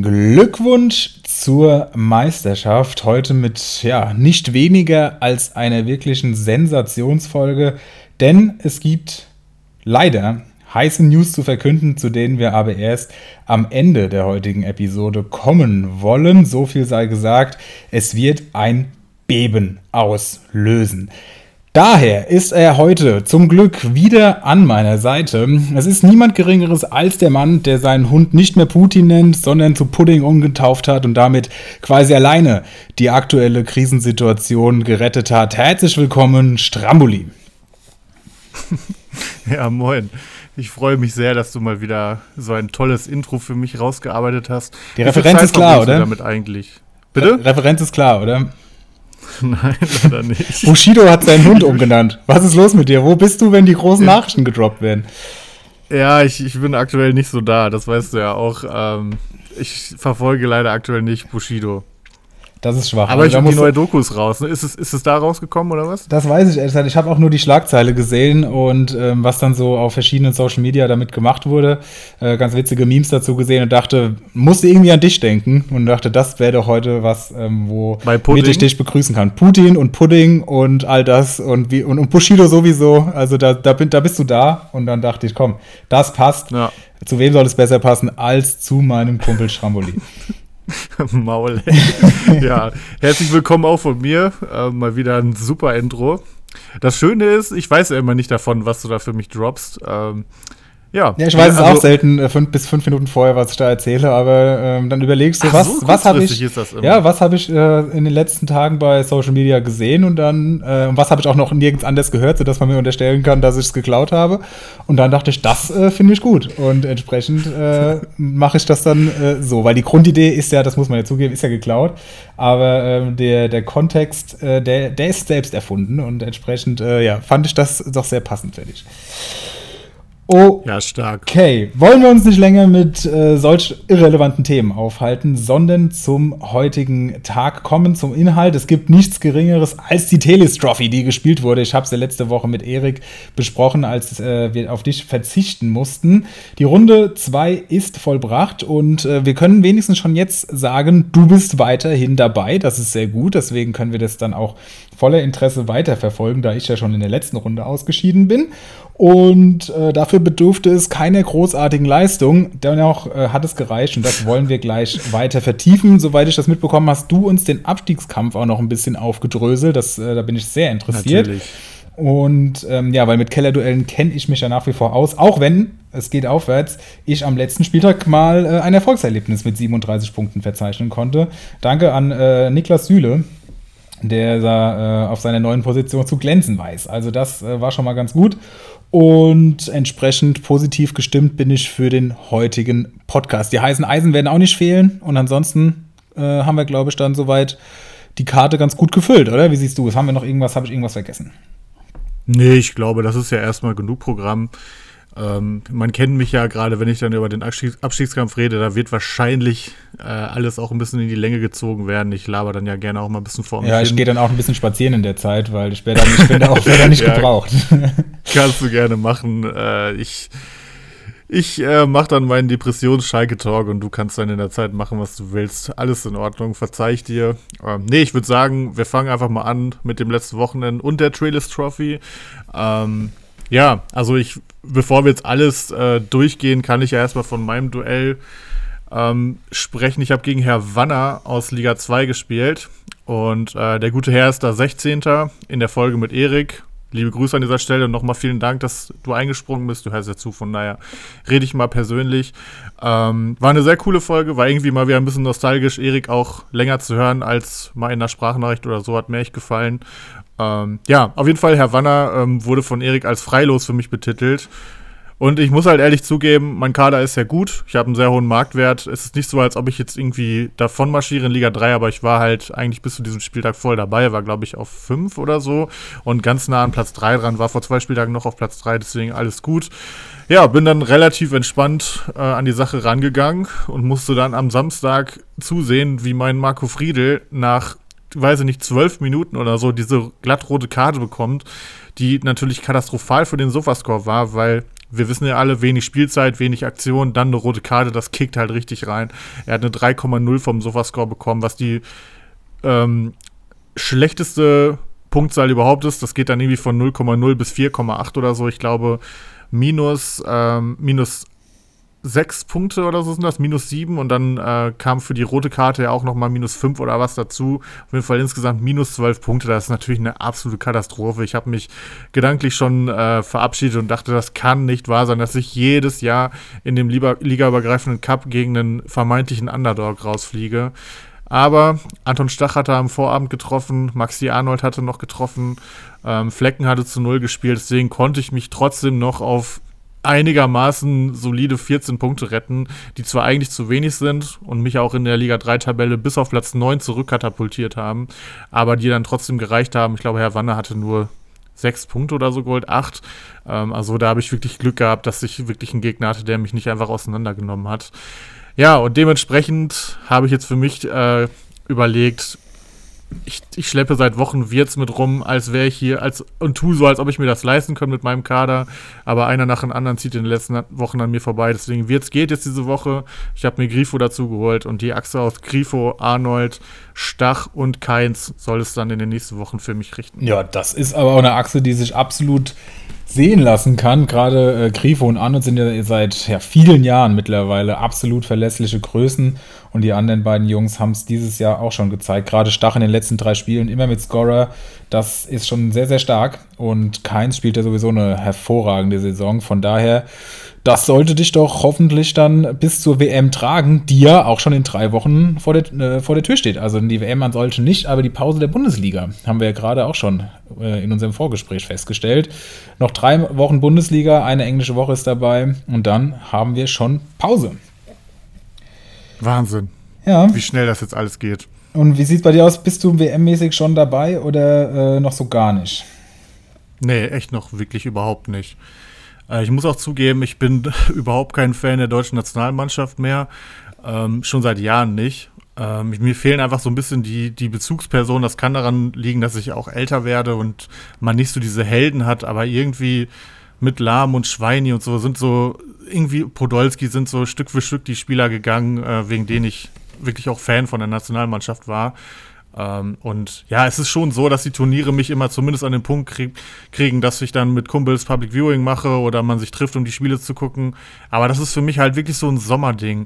Glückwunsch zur Meisterschaft. Heute mit nicht weniger als einer wirklichen Sensationsfolge, denn es gibt leider heiße News zu verkünden, zu denen wir aber erst am Ende der heutigen Episode kommen wollen. So viel sei gesagt, es wird ein Beben auslösen. Daher ist er heute zum Glück wieder an meiner Seite. Es ist niemand Geringeres als der Mann, der seinen Hund nicht mehr Putin nennt, sondern zu Pudding umgetauft hat und damit quasi alleine die aktuelle Krisensituation gerettet hat. Herzlich willkommen, Stramboli. Ja, moin. Ich freue mich sehr, dass du mal wieder so ein tolles Intro für mich rausgearbeitet hast. Die Referenz ist klar, oder? Damit eigentlich? Bitte? Referenz ist klar, oder? Nein, leider nicht. Bushido hat seinen Hund umgenannt. Was ist los mit dir? Wo bist du, wenn die großen Nachrichten gedroppt werden? Ja, ich bin aktuell nicht so da, das weißt du ja auch. Ich verfolge leider aktuell nicht Bushido. Das ist schwach. Aber ich habe die neue Dokus raus. Ne? Ist es da rausgekommen oder was? Das weiß ich ehrlich gesagt. Ich habe auch nur die Schlagzeile gesehen und was dann so auf verschiedenen Social Media damit gemacht wurde. Ganz witzige Memes dazu gesehen und dachte, musste irgendwie an dich denken und dachte, das wäre doch heute was, wo ich dich begrüßen kann. Putin und Pudding und all das und Bushido sowieso. Also da bist du da und dann dachte ich, komm, das passt. Ja. Zu wem soll es besser passen als zu meinem Kumpel Stramboli? Maul. Ja, herzlich willkommen auch von mir. Mal wieder ein super Intro. Das Schöne ist, ich weiß ja immer nicht davon, was du da für mich droppst. Ja, ich weiß es auch selten, 5 Minuten vorher, was ich da erzähle, aber dann überlegst du, was habe ich in den letzten Tagen bei Social Media gesehen und dann was habe ich auch noch nirgends anders gehört, sodass man mir unterstellen kann, dass ich es geklaut habe. Und dann dachte ich, das finde ich gut und entsprechend mache ich das dann so, weil die Grundidee ist ja, das muss man ja zugeben, ist ja geklaut, aber der Kontext, der ist selbst erfunden und entsprechend fand ich das doch sehr passend für dich. Oh, ja, stark. Okay, wollen wir uns nicht länger mit solch irrelevanten Themen aufhalten, sondern zum heutigen Tag kommen, zum Inhalt. Es gibt nichts Geringeres als die Teles-Trophy, die gespielt wurde. Ich habe es ja letzte Woche mit Erik besprochen, als wir auf dich verzichten mussten. Die Runde 2 ist vollbracht und wir können wenigstens schon jetzt sagen, du bist weiterhin dabei. Das ist sehr gut, deswegen können wir das dann auch voller Interesse weiterverfolgen, da ich ja schon in der letzten Runde ausgeschieden bin. Und dafür bedurfte es keiner großartigen Leistung. Dennoch hat es gereicht und das wollen wir gleich weiter vertiefen. Soweit ich das mitbekommen, hast du uns den Abstiegskampf auch noch ein bisschen aufgedröselt. Da bin ich sehr interessiert. Natürlich. Und weil mit Kellerduellen kenne ich mich ja nach wie vor aus, auch wenn es geht aufwärts, ich am letzten Spieltag mal ein Erfolgserlebnis mit 37 Punkten verzeichnen konnte. Danke an Niklas Süle, der da auf seiner neuen Position zu glänzen weiß. Also das war schon mal ganz gut. Und entsprechend positiv gestimmt bin ich für den heutigen Podcast. Die heißen Eisen werden auch nicht fehlen. Und ansonsten haben wir, glaube ich, dann soweit die Karte ganz gut gefüllt, oder? Wie siehst du es? Habe ich irgendwas vergessen? Nee, ich glaube, das ist ja erstmal genug Programm. Man kennt mich ja gerade, wenn ich dann über den Abstiegskampf rede, da wird wahrscheinlich alles auch ein bisschen in die Länge gezogen werden. Ich laber dann ja gerne auch mal ein bisschen vor mich hin. Ja, ich gehe dann auch ein bisschen spazieren in der Zeit, weil ich werde da nicht gebraucht. Kannst du gerne machen. Ich mache dann meinen Depressions-Schalke-Talk und du kannst dann in der Zeit machen, was du willst. Alles in Ordnung, verzeih ich dir. Ich würde sagen, wir fangen einfach mal an mit dem letzten Wochenende und der Teles-Trophy. Ja, also bevor wir jetzt alles durchgehen, kann ich ja erstmal von meinem Duell sprechen. Ich habe gegen Herr Wanner aus Liga 2 gespielt und der gute Herr ist da 16. in der Folge mit Erik. Liebe Grüße an dieser Stelle und nochmal vielen Dank, dass du eingesprungen bist. Du hörst ja zu, von daher rede ich mal persönlich. War eine sehr coole Folge, war irgendwie mal wieder ein bisschen nostalgisch, Erik auch länger zu hören als mal in der Sprachnachricht oder so, hat mir echt gefallen. Auf jeden Fall, Herr Wanner wurde von Erik als freilos für mich betitelt. Und ich muss halt ehrlich zugeben, mein Kader ist ja gut. Ich habe einen sehr hohen Marktwert. Es ist nicht so, als ob ich jetzt irgendwie davon marschiere in Liga 3, aber ich war halt eigentlich bis zu diesem Spieltag voll dabei. War, glaube ich, auf 5 oder so und ganz nah an Platz 3 dran. War vor 2 Spieltagen noch auf Platz 3, deswegen alles gut. Ja, bin dann relativ entspannt an die Sache rangegangen und musste dann am Samstag zusehen, wie mein Marco Friedl nach, weiß ich nicht, 12 Minuten oder so diese glattrote Karte bekommt, die natürlich katastrophal für den Sofascore war, weil wir wissen ja alle, wenig Spielzeit, wenig Aktion, dann eine rote Karte, das kickt halt richtig rein. Er hat eine 3,0 vom Sofascore bekommen, was die schlechteste Punktzahl überhaupt ist. Das geht dann irgendwie von 0,0 bis 4,8 oder so. Ich glaube, minus 6 Punkte oder so sind das, minus 7 und dann kam für die rote Karte ja auch nochmal minus 5 oder was dazu. Auf jeden Fall insgesamt minus 12 Punkte. Das ist natürlich eine absolute Katastrophe. Ich habe mich gedanklich schon verabschiedet und dachte, das kann nicht wahr sein, dass ich jedes Jahr in dem ligaübergreifenden Cup gegen einen vermeintlichen Underdog rausfliege. Aber Anton Stach hatte am Vorabend getroffen, Maxi Arnold hatte noch getroffen, Flecken hatte zu 0 gespielt, deswegen konnte ich mich trotzdem noch auf einigermaßen solide 14 Punkte retten, die zwar eigentlich zu wenig sind und mich auch in der Liga 3-Tabelle bis auf Platz 9 zurückkatapultiert haben, aber die dann trotzdem gereicht haben. Ich glaube, Herr Wanne hatte nur 6 Punkte oder so geholt, 8. Also da habe ich wirklich Glück gehabt, dass ich wirklich einen Gegner hatte, der mich nicht einfach auseinandergenommen hat. Ja, und dementsprechend habe ich jetzt für mich überlegt, ich schleppe seit Wochen Wirtz mit rum, als wäre ich hier und tue so, als ob ich mir das leisten könnte mit meinem Kader, aber einer nach dem anderen zieht in den letzten Wochen an mir vorbei, deswegen Wirtz geht jetzt diese Woche, ich habe mir Grifo dazu geholt und die Achse aus Grifo, Arnold, Stach und Kainz soll es dann in den nächsten Wochen für mich richten. Ja, das ist aber auch eine Achse, die sich absolut sehen lassen kann. Gerade Grifo und Arnold sind ja seit vielen Jahren mittlerweile absolut verlässliche Größen und die anderen beiden Jungs haben es dieses Jahr auch schon gezeigt. Gerade Stach in den letzten 3 Spielen immer mit Scorer, das ist schon sehr, sehr stark und Kainz spielt ja sowieso eine hervorragende Saison. Von daher, das sollte dich doch hoffentlich dann bis zur WM tragen, die ja auch schon in 3 Wochen vor der Tür steht. Also die WM an solche nicht, aber die Pause der Bundesliga haben wir ja gerade auch schon in unserem Vorgespräch festgestellt. Noch 3 Wochen Bundesliga, eine englische Woche ist dabei und dann haben wir schon Pause. Wahnsinn. Ja. Wie schnell das jetzt alles geht. Und wie sieht es bei dir aus? Bist du WM-mäßig schon dabei oder noch so gar nicht? Nee, echt noch wirklich überhaupt nicht. Ich muss auch zugeben, ich bin überhaupt kein Fan der deutschen Nationalmannschaft mehr. Schon seit Jahren nicht. Mir fehlen einfach so ein bisschen die Bezugspersonen. Das kann daran liegen, dass ich auch älter werde und man nicht so diese Helden hat, aber irgendwie mit Lahm und Schweini und so sind so, irgendwie Podolski sind so Stück für Stück die Spieler gegangen, wegen denen ich wirklich auch Fan von der Nationalmannschaft war. Und ja, es ist schon so, dass die Turniere mich immer zumindest an den Punkt kriegen, dass ich dann mit Kumpels Public Viewing mache oder man sich trifft, um die Spiele zu gucken. Aber das ist für mich halt wirklich so ein Sommerding.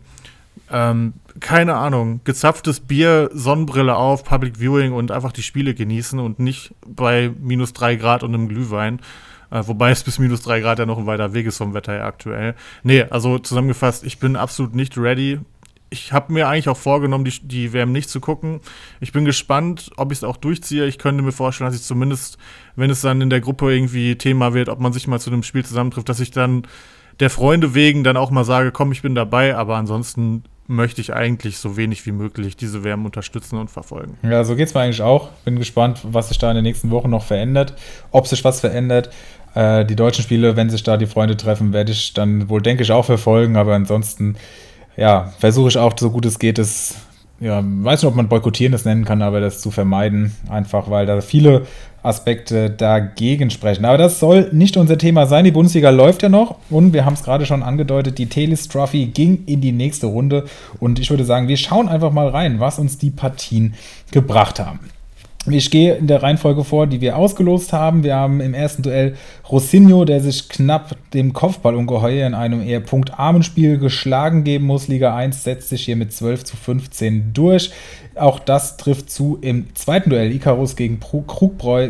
Keine Ahnung, gezapftes Bier, Sonnenbrille auf, Public Viewing und einfach die Spiele genießen und nicht bei minus 3 Grad und einem Glühwein. Wobei es bis minus 3 Grad ja noch ein weiter Weg ist vom Wetter her aktuell. Nee, also zusammengefasst, ich bin absolut nicht ready. Ich habe mir eigentlich auch vorgenommen, die WM nicht zu gucken. Ich bin gespannt, ob ich es auch durchziehe. Ich könnte mir vorstellen, dass ich zumindest, wenn es dann in der Gruppe irgendwie Thema wird, ob man sich mal zu einem Spiel zusammentrifft, dass ich dann der Freunde wegen dann auch mal sage, komm, ich bin dabei. Aber ansonsten möchte ich eigentlich so wenig wie möglich diese WM unterstützen und verfolgen. Ja, so geht es mir eigentlich auch. Bin gespannt, was sich da in den nächsten Wochen noch verändert, ob sich was verändert. Die deutschen Spiele, wenn sich da die Freunde treffen, werde ich dann wohl, denke ich, auch verfolgen. Aber ansonsten versuche ich auch, so gut es geht, weiß nicht, ob man boykottieren das nennen kann, aber das zu vermeiden, einfach weil da viele Aspekte dagegen sprechen. Aber das soll nicht unser Thema sein. Die Bundesliga läuft ja noch und wir haben es gerade schon angedeutet, die Telis Trophy ging in die nächste Runde und ich würde sagen, wir schauen einfach mal rein, was uns die Partien gebracht haben. Ich gehe in der Reihenfolge vor, die wir ausgelost haben. Wir haben im ersten Duell Rosinho, der sich knapp dem Kopfballungeheuer in einem eher punktarmen Spiel geschlagen geben muss. Liga 1 setzt sich hier mit 12:15 durch. Auch das trifft zu im zweiten Duell. Icarus gegen Krugbräu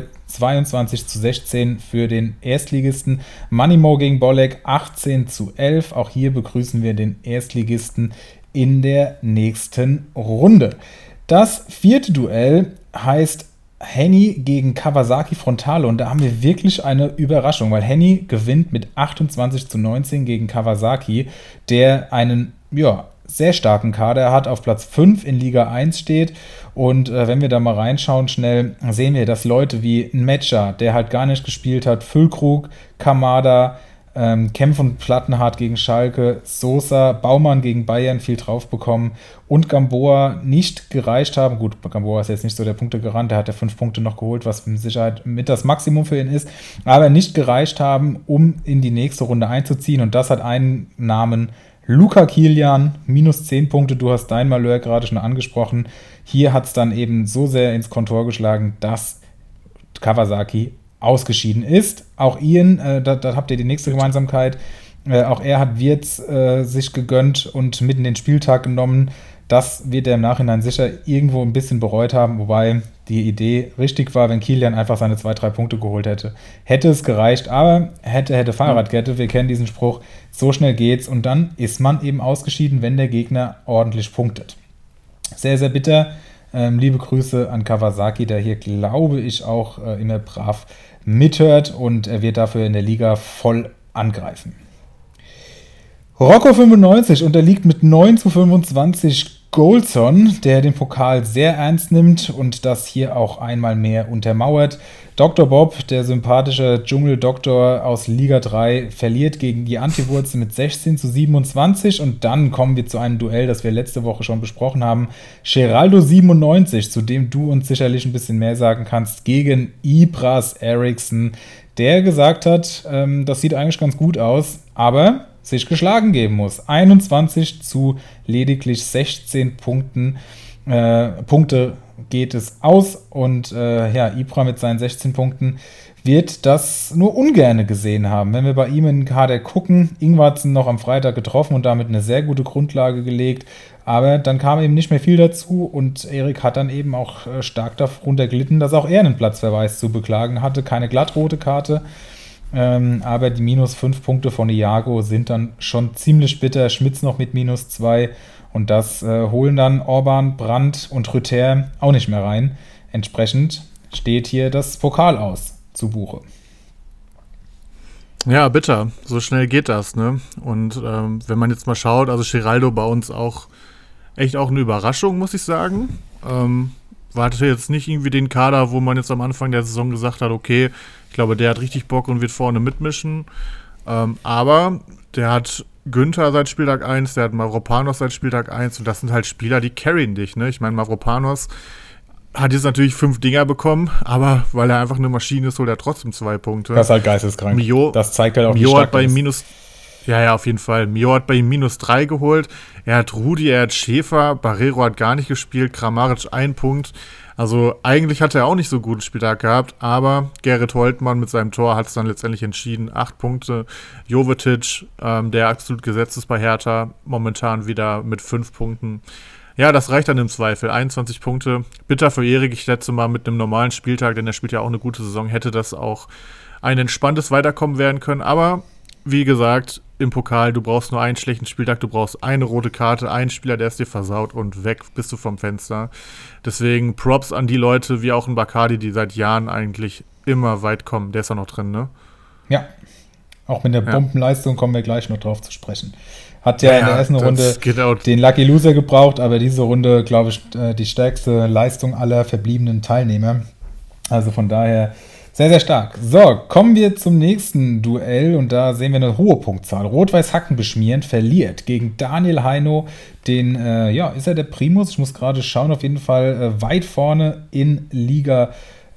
22:16 für den Erstligisten. Moneymo gegen Bolek 18:11. Auch hier begrüßen wir den Erstligisten in der nächsten Runde. Das vierte Duell heißt Henny gegen Kawasaki Frontale und da haben wir wirklich eine Überraschung, weil Henny gewinnt mit 28:19 gegen Kawasaki, der einen sehr starken Kader hat, auf Platz 5 in Liga 1 steht und wenn wir da mal reinschauen schnell, sehen wir, dass Leute wie Metscher, der halt gar nicht gespielt hat, Füllkrug, Kamada, Kempf und Plattenhardt gegen Schalke, Sosa, Baumann gegen Bayern viel drauf bekommen und Gamboa nicht gereicht haben. Gut, Gamboa ist jetzt nicht so der Punktegarant, der hat ja 5 Punkte noch geholt, was mit Sicherheit mit das Maximum für ihn ist, aber nicht gereicht haben, um in die nächste Runde einzuziehen, und das hat einen Namen: Luca Kilian, minus 10 Punkte, du hast dein Malheur gerade schon angesprochen. Hier hat es dann eben so sehr ins Kontor geschlagen, dass Kawasaki ausgeschieden ist. Auch Ian, da habt ihr die nächste Gemeinsamkeit, auch er hat Wirtz sich gegönnt und mitten den Spieltag genommen. Das wird er im Nachhinein sicher irgendwo ein bisschen bereut haben, wobei die Idee richtig war, wenn Kilian einfach seine 2-3 Punkte geholt hätte. Hätte es gereicht, aber hätte Fahrradkette, wir kennen diesen Spruch, so schnell geht's, und dann ist man eben ausgeschieden, wenn der Gegner ordentlich punktet. Sehr, sehr bitter. Liebe Grüße an Kawasaki, der hier, glaube ich, auch immer brav mithört, und er wird dafür in der Liga voll angreifen. Rocco 95 unterliegt mit 9:25 Goldson, der den Pokal sehr ernst nimmt und das hier auch einmal mehr untermauert. Dr. Bob, der sympathische Dschungeldoktor aus Liga 3, verliert gegen die Antiwurzel mit 16:27, und dann kommen wir zu einem Duell, das wir letzte Woche schon besprochen haben. Geraldo 97, zu dem du uns sicherlich ein bisschen mehr sagen kannst, gegen Ibras Eriksson, der gesagt hat, das sieht eigentlich ganz gut aus, aber sich geschlagen geben muss. 21 zu lediglich 16 Punkte geht es aus, und Ibra mit seinen 16 Punkten wird das nur ungerne gesehen haben. Wenn wir bei ihm in den Kader gucken, Ingwarzen noch am Freitag getroffen und damit eine sehr gute Grundlage gelegt, aber dann kam eben nicht mehr viel dazu, und Erik hat dann eben auch stark darunter gelitten, dass auch er einen Platzverweis zu beklagen hatte, keine glattrote Karte. Aber die minus 5 Punkte von Iago sind dann schon ziemlich bitter. Schmitz noch mit minus 2, und das holen dann Orban, Brandt und Rüther auch nicht mehr rein. Entsprechend steht hier das Pokal aus zu Buche. Ja, bitter. So schnell geht das, ne? Und wenn man jetzt mal schaut, also Geraldo bei uns auch echt auch eine Überraschung, muss ich sagen. War hatte jetzt nicht irgendwie den Kader, wo man jetzt am Anfang der Saison gesagt hat, okay, ich glaube, der hat richtig Bock und wird vorne mitmischen. Aber der hat Günther seit Spieltag 1, der hat Mavropanos seit Spieltag 1, und das sind halt Spieler, die carryen dich, ne? Ich meine, Mavropanos hat jetzt natürlich 5 Dinger bekommen, aber weil er einfach eine Maschine ist, holt er trotzdem 2 Punkte. Das ist halt geisteskrank. Das zeigt halt auch, wie stark er ist. Ja, auf jeden Fall. Mio hat bei ihm minus 3 geholt. Er hat Rudi, er hat Schäfer, Barrero hat gar nicht gespielt, Kramaric 1 Punkt. Also eigentlich hat er auch nicht so guten Spieltag gehabt, aber Gerrit Holtmann mit seinem Tor hat es dann letztendlich entschieden. 8 Punkte. Jovetic, der absolut gesetzt ist bei Hertha, momentan wieder mit 5 Punkten. Ja, das reicht dann im Zweifel. 21 Punkte. Bitter für Erik. Ich schätze mal, mit einem normalen Spieltag, denn er spielt ja auch eine gute Saison, hätte das auch ein entspanntes Weiterkommen werden können. Aber wie gesagt, im Pokal, du brauchst nur einen schlechten Spieltag, du brauchst eine rote Karte, einen Spieler, der es dir versaut, und weg bist du vom Fenster. Deswegen Props an die Leute, wie auch ein Bacardi, die seit Jahren eigentlich immer weit kommen. Der ist auch noch drin, ne? Ja, auch mit der Bombenleistung kommen wir gleich noch drauf zu sprechen. Hat ja in der ersten Runde den Lucky Loser gebraucht, aber diese Runde, glaube ich, die stärkste Leistung aller verbliebenen Teilnehmer. Also von daher sehr, sehr stark. So, kommen wir zum nächsten Duell, und da sehen wir eine hohe Punktzahl. Rot-Weiß Hackenbeschmierend verliert gegen Daniel Heino, den, ist er der Primus? Ich muss gerade schauen, auf jeden Fall weit vorne in Liga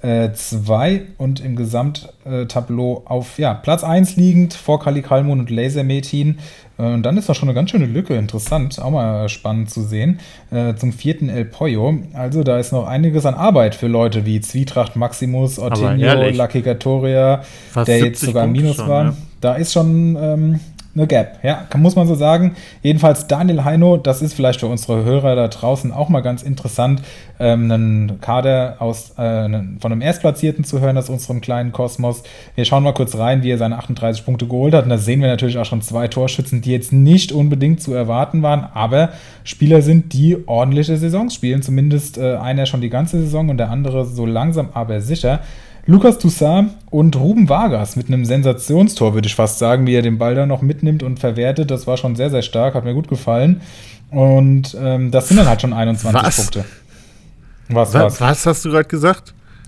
2 und im Gesamttableau auf Platz 1 liegend vor Kali Kalmun und Laser Metin. Und dann ist da schon eine ganz schöne Lücke, interessant, auch mal spannend zu sehen, zum 4. El Pollo. Also da ist noch einiges an Arbeit für Leute wie Zwietracht, Maximus, Ortinho, Lucky Gatoria, der jetzt sogar Minus schon, war. Ne? Da ist schon eine Gap, ja, muss man so sagen. Jedenfalls Daniel Heino, das ist vielleicht für unsere Hörer da draußen auch mal ganz interessant, einen Kader von einem Erstplatzierten zu hören aus unserem kleinen Kosmos. Wir schauen mal kurz rein, wie er seine 38 Punkte geholt hat, und da sehen wir natürlich auch schon 2 Torschützen, die jetzt nicht unbedingt zu erwarten waren, aber Spieler sind, die ordentliche Saisons spielen, zumindest einer schon die ganze Saison und der andere so langsam aber sicher. Lukas Toussaint und Ruben Vargas mit einem Sensationstor, würde ich fast sagen, wie er den Ball da noch mitnimmt und verwertet. Das war schon sehr, sehr stark, hat mir gut gefallen. Und das sind dann halt schon 21 Punkte. Was hast du gerade gesagt?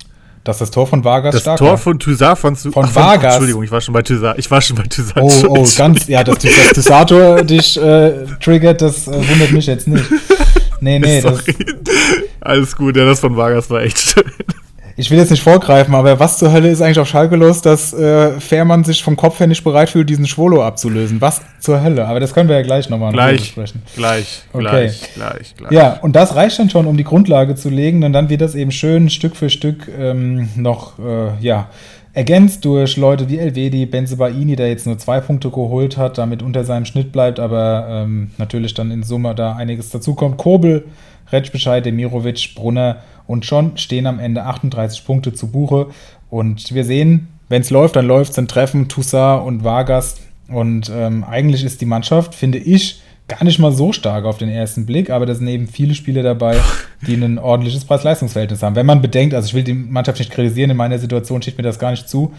dass das Tor von Vargas stark war. Das Tor von Toussaint fandst du? Von Vargas. Entschuldigung, ich war schon bei Toussaint. Oh, ganz, ja, dass Toussaint dich triggert, das wundert mich jetzt nicht. Nee, alles gut, ja, das von Vargas war echt schön. Ich will jetzt nicht vorgreifen, aber was zur Hölle ist eigentlich auf Schalke los, dass Fährmann sich vom Kopf her nicht bereit fühlt, diesen Schwolo abzulösen? Was zur Hölle? Aber das können wir ja gleich nochmal besprechen. Gleich. Ja, und das reicht dann schon, um die Grundlage zu legen. Und dann wird das eben schön Stück für Stück noch ergänzt durch Leute wie Elvedi, Bensebaini, der jetzt nur 2 Punkte geholt hat, damit unter seinem Schnitt bleibt, aber natürlich dann in Summe da einiges dazukommt. Kobel, Retschbescheid, Demirovic, Brunner und schon stehen am Ende 38 Punkte zu Buche. Und wir sehen, wenn es läuft, dann läuft es in Treffen Toussaint und Vargas. Und eigentlich ist die Mannschaft, finde ich, gar nicht mal so stark auf den ersten Blick, aber da sind eben viele Spieler dabei, die ein ordentliches Preis-Leistungs-Verhältnis haben. Wenn man bedenkt, also ich will die Mannschaft nicht kritisieren, in meiner Situation steht mir das gar nicht zu,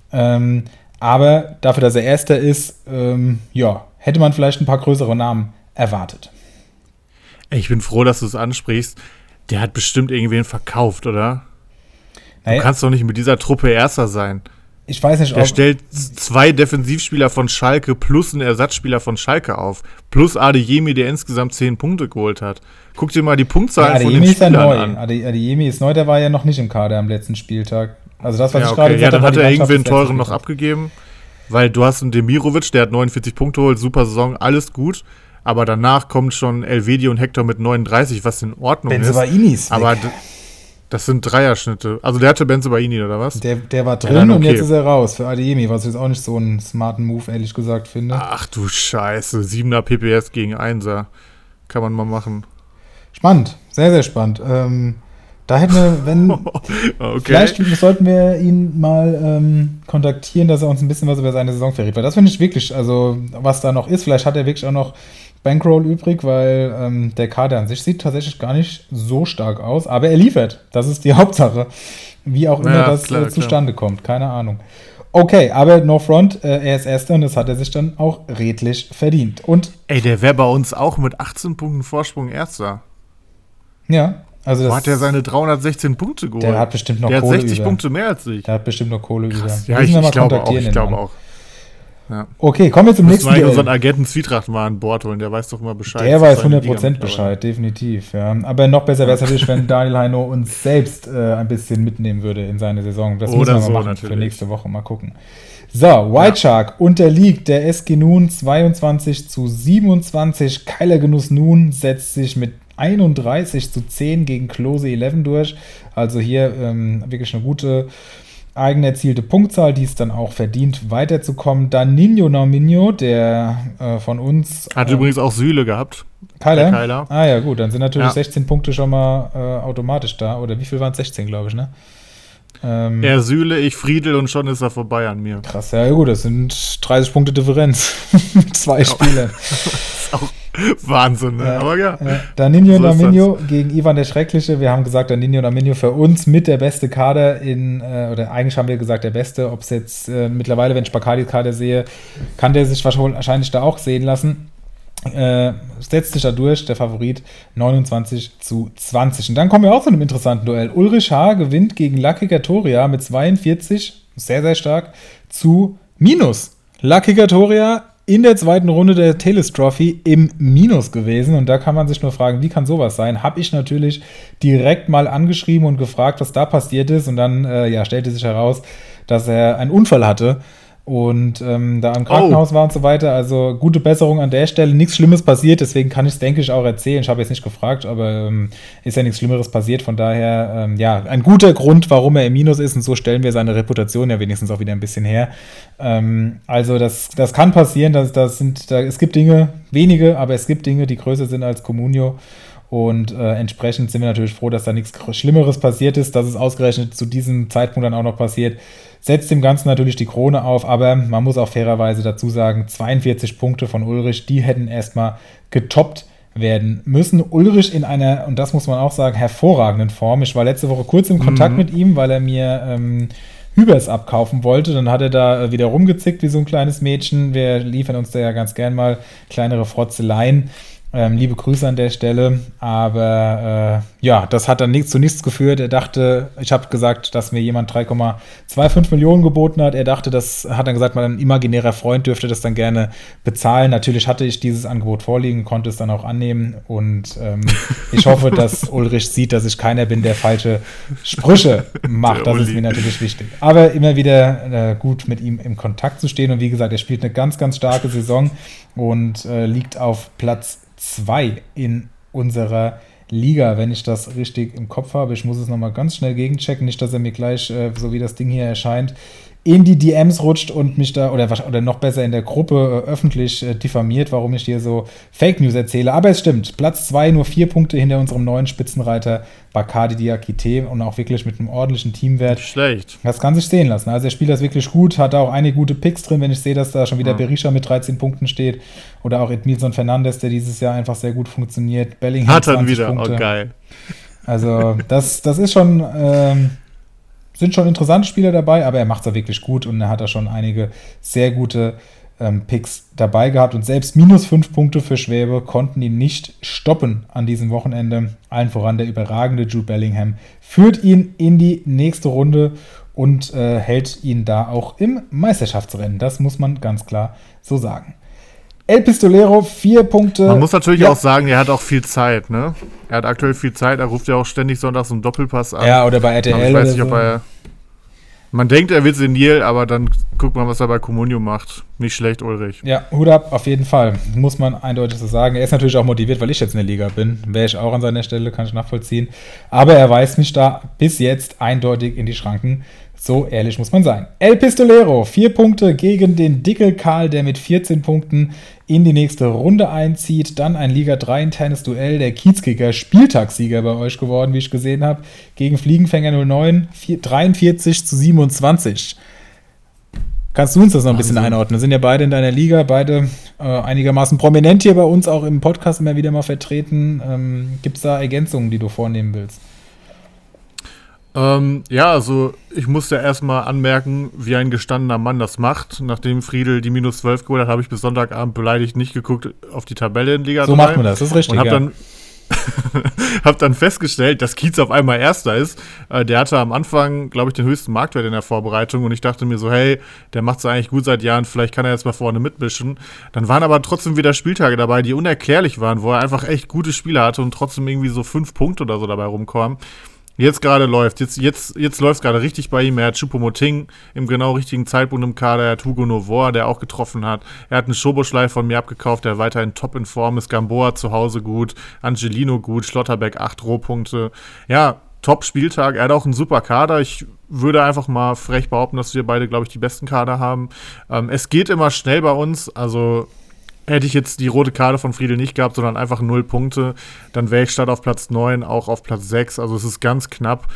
aber dafür, dass er Erster ist, hätte man vielleicht ein paar größere Namen erwartet. Ich bin froh, dass du es ansprichst. Der hat bestimmt irgendwen verkauft, oder? Naja, du kannst doch nicht mit dieser Truppe Erster sein. Ich weiß nicht, Der stellt 2 Defensivspieler von Schalke plus einen Ersatzspieler von Schalke auf. Plus Adeyemi, der insgesamt 10 Punkte geholt hat. Guck dir mal die Punktzahlen von den Spielern an. Adeyemi ist neu, der war ja noch nicht im Kader am letzten Spieltag. Also das, was ich gerade gesagt habe. Ja, dann hat er irgendwie einen teuren noch abgegeben. Weil du hast einen Demirovic, der hat 49 Punkte geholt, super Saison, alles gut. Aber danach kommt schon Elvedi und Hector mit 39, was in Ordnung Bensebaini ist. Aber das sind Dreierschnitte. Also der hatte Bensebaini, oder was? Der war drin und jetzt ist er raus für Adeyemi, was ich jetzt auch nicht so einen smarten Move, ehrlich gesagt, finde. Ach du Scheiße, 7er PPS gegen 1er. Kann man mal machen. Spannend, sehr, sehr spannend. Da hätten wir, vielleicht sollten wir ihn mal kontaktieren, dass er uns ein bisschen was über seine Saison verrät. Weil das finde ich wirklich, also was da noch ist, vielleicht hat er wirklich auch noch Bankroll übrig, weil der Kader an sich sieht tatsächlich gar nicht so stark aus, aber er liefert. Das ist die Hauptsache. Wie auch immer das zustande kommt, keine Ahnung. Okay, aber no front, er ist Erster und das hat er sich dann auch redlich verdient. Und der wäre bei uns auch mit 18 Punkten Vorsprung Erster. Ja. Also hat er seine 316 Punkte geholt? Der hat bestimmt noch Kohle über. Der hat 60 Punkte mehr als ich. Der hat bestimmt noch Kohle über. Ja, ich glaube auch. Ja. Okay, kommen wir zum nächsten Duell. Unseren Agenten Zwietracht mal an Bord holen, der weiß doch immer Bescheid. Der weiß 100% Bescheid, definitiv. Ja. Aber noch besser wäre es natürlich, wenn Daniel Heino uns selbst ein bisschen mitnehmen würde in seine Saison. Das müssen wir mal machen natürlich. Für nächste Woche. Mal gucken. So, White Shark unterliegt der SG Nun 22-27. Keiler Genuss Nun setzt sich mit 31-10 gegen Klose 11 durch. Also hier wirklich eine gute eigen erzielte Punktzahl, die es dann auch verdient, weiterzukommen. Dann Ninho Nauminho, der von uns... Hat übrigens auch Süle gehabt. Keiler? Ah ja, gut, dann sind natürlich 16 Punkte schon mal automatisch da. Oder wie viel waren es? 16, glaube ich, ne? Er Süle, ich Friedel und schon ist er vorbei an mir. Krass, ja gut, das sind 30 Punkte Differenz mit 2 Spielern. Das ist auch Wahnsinn, ne? Aber ja. Danilo Nauminho gegen Ivan der Schreckliche. Wir haben gesagt, Danilo Nauminho für uns mit der beste Kader oder eigentlich haben wir gesagt, der beste. Ob es jetzt mittlerweile, wenn ich Bacardi's Kader sehe, kann der sich wahrscheinlich da auch sehen lassen. Setzt sich da durch, der Favorit 29-20. Und dann kommen wir auch zu einem interessanten Duell. Ulrich H. gewinnt gegen Lucky Gatoria mit 42, sehr, sehr stark, zu Minus. Lucky Gatoria in der zweiten Runde der Teles Trophy im Minus gewesen. Und da kann man sich nur fragen, wie kann sowas sein? Habe ich natürlich direkt mal angeschrieben und gefragt, was da passiert ist. Und dann stellte sich heraus, dass er einen Unfall hatte und da im Krankenhaus war und so weiter. Also gute Besserung an der Stelle. Nichts Schlimmes passiert, deswegen kann ich es, denke ich, auch erzählen. Ich habe jetzt nicht gefragt, aber ist ja nichts Schlimmeres passiert. Von daher, ein guter Grund, warum er im Minus ist. Und so stellen wir seine Reputation ja wenigstens auch wieder ein bisschen her. Also das kann passieren. Es gibt Dinge, wenige, aber es gibt Dinge, die größer sind als Comunio. Und entsprechend sind wir natürlich froh, dass da nichts Schlimmeres passiert ist, dass es ausgerechnet zu diesem Zeitpunkt dann auch noch passiert. Setzt dem Ganzen natürlich die Krone auf, aber man muss auch fairerweise dazu sagen, 42 Punkte von Ulrich, die hätten erstmal getoppt werden müssen. Ulrich in einer, und das muss man auch sagen, hervorragenden Form. Ich war letzte Woche kurz im Kontakt mit ihm, weil er mir Hübers abkaufen wollte. Dann hat er da wieder rumgezickt wie so ein kleines Mädchen. Wir liefern uns da ja ganz gern mal kleinere Frotzeleien. Liebe Grüße an der Stelle. Aber das hat dann zu nichts geführt. Er dachte, ich habe gesagt, dass mir jemand 3,25 Millionen geboten hat. Er dachte, das hat dann gesagt, mein imaginärer Freund dürfte das dann gerne bezahlen. Natürlich hatte ich dieses Angebot vorliegen, konnte es dann auch annehmen. Und ich hoffe, dass Ulrich sieht, dass ich keiner bin, der falsche Sprüche macht. Das ist mir natürlich wichtig. Aber immer wieder gut mit ihm im Kontakt zu stehen. Und wie gesagt, er spielt eine ganz, ganz starke Saison und liegt auf Platz 2 in unserer Liga, wenn ich das richtig im Kopf habe. Ich muss es nochmal ganz schnell gegenchecken, nicht, dass er mir gleich, so wie das Ding hier erscheint, in die DMs rutscht und mich da, oder noch besser in der Gruppe öffentlich diffamiert, warum ich hier so Fake News erzähle. Aber es stimmt, Platz 2, nur 4 Punkte hinter unserem neuen Spitzenreiter Bacardi Diakite und auch wirklich mit einem ordentlichen Teamwert. Schlecht. Das kann sich sehen lassen. Also er spielt das wirklich gut, hat auch einige gute Picks drin, wenn ich sehe, dass da schon wieder Berisha mit 13 Punkten steht oder auch Edmilson Fernandes, der dieses Jahr einfach sehr gut funktioniert. Bellingham hat dann wieder, Punkte. Oh geil. Also das ist schon sind schon interessante Spieler dabei, aber er macht es ja wirklich gut und er hat da schon einige sehr gute Picks dabei gehabt und selbst -5 Punkte für Schwäbe konnten ihn nicht stoppen an diesem Wochenende. Allen voran der überragende Jude Bellingham führt ihn in die nächste Runde und hält ihn da auch im Meisterschaftsrennen. Das muss man ganz klar so sagen. El Pistolero, 4 Punkte. Man muss natürlich auch sagen, er hat auch viel Zeit, ne? Er hat aktuell viel Zeit, er ruft ja auch ständig sonntags einen Doppelpass an. Ja, oder bei RTL. Ich weiß nicht, ob er. Man denkt, er wird senil, aber dann guckt man, was er bei Comunio macht. Nicht schlecht, Ulrich. Ja, Hut ab, auf jeden Fall. Muss man eindeutig so sagen. Er ist natürlich auch motiviert, weil ich jetzt in der Liga bin. Wäre ich auch an seiner Stelle, kann ich nachvollziehen. Aber er weist mich da bis jetzt eindeutig in die Schranken. So ehrlich muss man sein. El Pistolero, 4 Punkte gegen den Dickel Karl, der mit 14 Punkten in die nächste Runde einzieht. Dann ein Liga 3 internes Duell, der Kiezkicker, Spieltagssieger bei euch geworden, wie ich gesehen habe, gegen Fliegenfänger 09, 43-27. Kannst du uns das noch ein bisschen einordnen? Wir sind ja beide in deiner Liga, beide einigermaßen prominent hier bei uns, auch im Podcast immer wieder mal vertreten. Gibt es da Ergänzungen, die du vornehmen willst? Also ich musste erstmal anmerken, wie ein gestandener Mann das macht. Nachdem Friedel die -12 geholt hat, habe ich bis Sonntagabend beleidigt nicht geguckt auf die Tabelle in Liga 3. So macht man das ist richtig. Und hab dann festgestellt, dass Kiez auf einmal Erster ist. Der hatte am Anfang, glaube ich, den höchsten Marktwert in der Vorbereitung und ich dachte mir so, hey, der macht es eigentlich gut seit Jahren, vielleicht kann er jetzt mal vorne mitmischen. Dann waren aber trotzdem wieder Spieltage dabei, die unerklärlich waren, wo er einfach echt gute Spiele hatte und trotzdem irgendwie so 5 Punkte oder so dabei rumkommen. Jetzt gerade läuft, jetzt läuft es gerade richtig bei ihm. Er hat Choupo-Moting im genau richtigen Zeitpunkt im Kader. Er hat Hugo Novor, der auch getroffen hat. Er hat einen Schoboschlei von mir abgekauft, der weiterhin top in Form ist. Gamboa zu Hause gut, Angelino gut, Schlotterbeck 8 Rohpunkte. Ja, Top-Spieltag. Er hat auch einen super Kader. Ich würde einfach mal frech behaupten, dass wir beide, glaube ich, die besten Kader haben. Es geht immer schnell bei uns, also hätte ich jetzt die rote Karte von Friedel nicht gehabt, sondern einfach 0 Punkte, dann wäre ich statt auf Platz 9 auch auf Platz 6. Also es ist ganz knapp.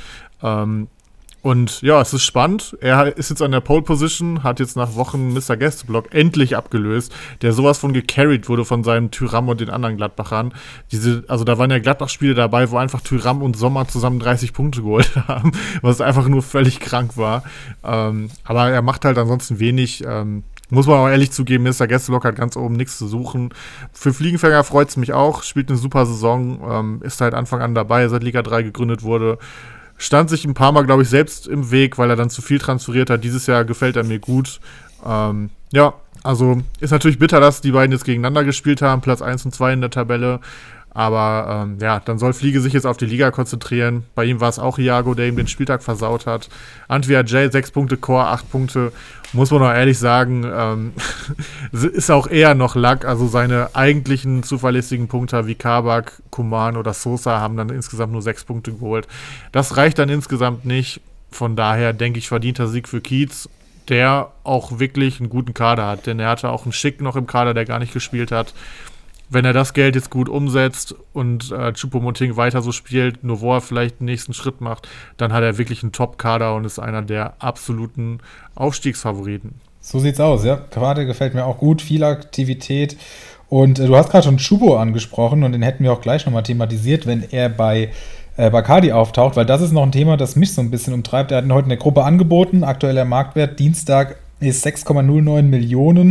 Und ja, es ist spannend. Er ist jetzt an der Pole Position, hat jetzt nach Wochen Mr. Gästeblock endlich abgelöst, der sowas von gecarried wurde von seinem Thuram und den anderen Gladbachern. Also da waren ja Gladbach-Spiele dabei, wo einfach Thuram und Sommer zusammen 30 Punkte geholt haben, was einfach nur völlig krank war. Aber er macht halt ansonsten wenig. Muss man auch ehrlich zugeben, Mr. Gästeblock hat ganz oben nichts zu suchen. Für Fliegenfänger freut es mich auch, spielt eine super Saison, ist halt Anfang an dabei, seit Liga 3 gegründet wurde. Stand sich ein paar Mal, glaube ich, selbst im Weg, weil er dann zu viel transferiert hat. Dieses Jahr gefällt er mir gut. Ja, also ist natürlich bitter, dass die beiden jetzt gegeneinander gespielt haben, Platz 1 und 2 in der Tabelle. Aber ja, dann soll Fliege sich jetzt auf die Liga konzentrieren. Bei ihm war es auch Iago, der ihm den Spieltag versaut hat. Antwi Jay 6 Punkte, Core 8 Punkte. Muss man auch ehrlich sagen, ist auch eher noch Lack. Also seine eigentlichen zuverlässigen Punkte wie Kabak, Kuman oder Sosa haben dann insgesamt nur 6 Punkte geholt. Das reicht dann insgesamt nicht. Von daher denke ich, verdienter Sieg für Kiez, der auch wirklich einen guten Kader hat. Denn er hatte auch einen Schick noch im Kader, der gar nicht gespielt hat. Wenn er das Geld jetzt gut umsetzt und Choupo-Moting weiter so spielt, Novor vielleicht den nächsten Schritt macht, dann hat er wirklich einen Top-Kader und ist einer der absoluten Aufstiegsfavoriten. So sieht's aus, ja. Kader gefällt mir auch gut, viel Aktivität. Und du hast gerade schon Choupo angesprochen und den hätten wir auch gleich nochmal thematisiert, wenn er bei Bacardi auftaucht, weil das ist noch ein Thema, das mich so ein bisschen umtreibt. Er hat ihn heute in der Gruppe angeboten, aktueller Marktwert Dienstag ist 6,09 Millionen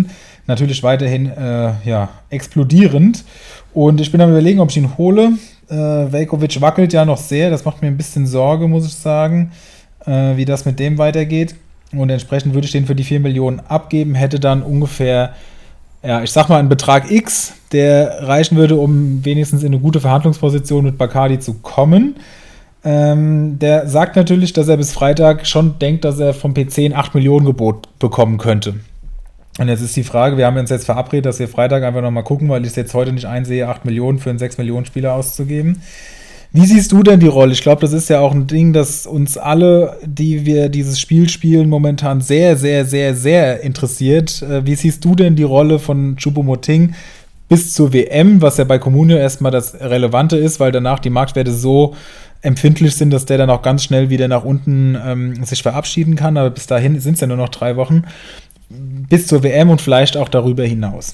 natürlich weiterhin explodierend. Und ich bin am Überlegen, ob ich ihn hole. Veljković wackelt ja noch sehr, das macht mir ein bisschen Sorge, muss ich sagen, wie das mit dem weitergeht. Und entsprechend würde ich den für die 4 Millionen abgeben, hätte dann ungefähr, ich sag mal, einen Betrag X, der reichen würde, um wenigstens in eine gute Verhandlungsposition mit Bacardi zu kommen. Der sagt natürlich, dass er bis Freitag schon denkt, dass er vom PC ein 8 Millionen Gebot bekommen könnte. Und jetzt ist die Frage, wir haben uns jetzt verabredet, dass wir Freitag einfach nochmal gucken, weil ich es jetzt heute nicht einsehe, 8 Millionen für einen 6 Millionen Spieler auszugeben. Wie siehst du denn die Rolle? Ich glaube, das ist ja auch ein Ding, das uns alle, die wir dieses Spiel spielen, momentan sehr, sehr, sehr, sehr interessiert. Wie siehst du denn die Rolle von Choupo-Moting bis zur WM, was ja bei Comunio erstmal das Relevante ist, weil danach die Marktwerte so empfindlich sind, dass der dann auch ganz schnell wieder nach unten sich verabschieden kann. Aber bis dahin sind es ja nur noch 3 Wochen. Bis zur WM und vielleicht auch darüber hinaus.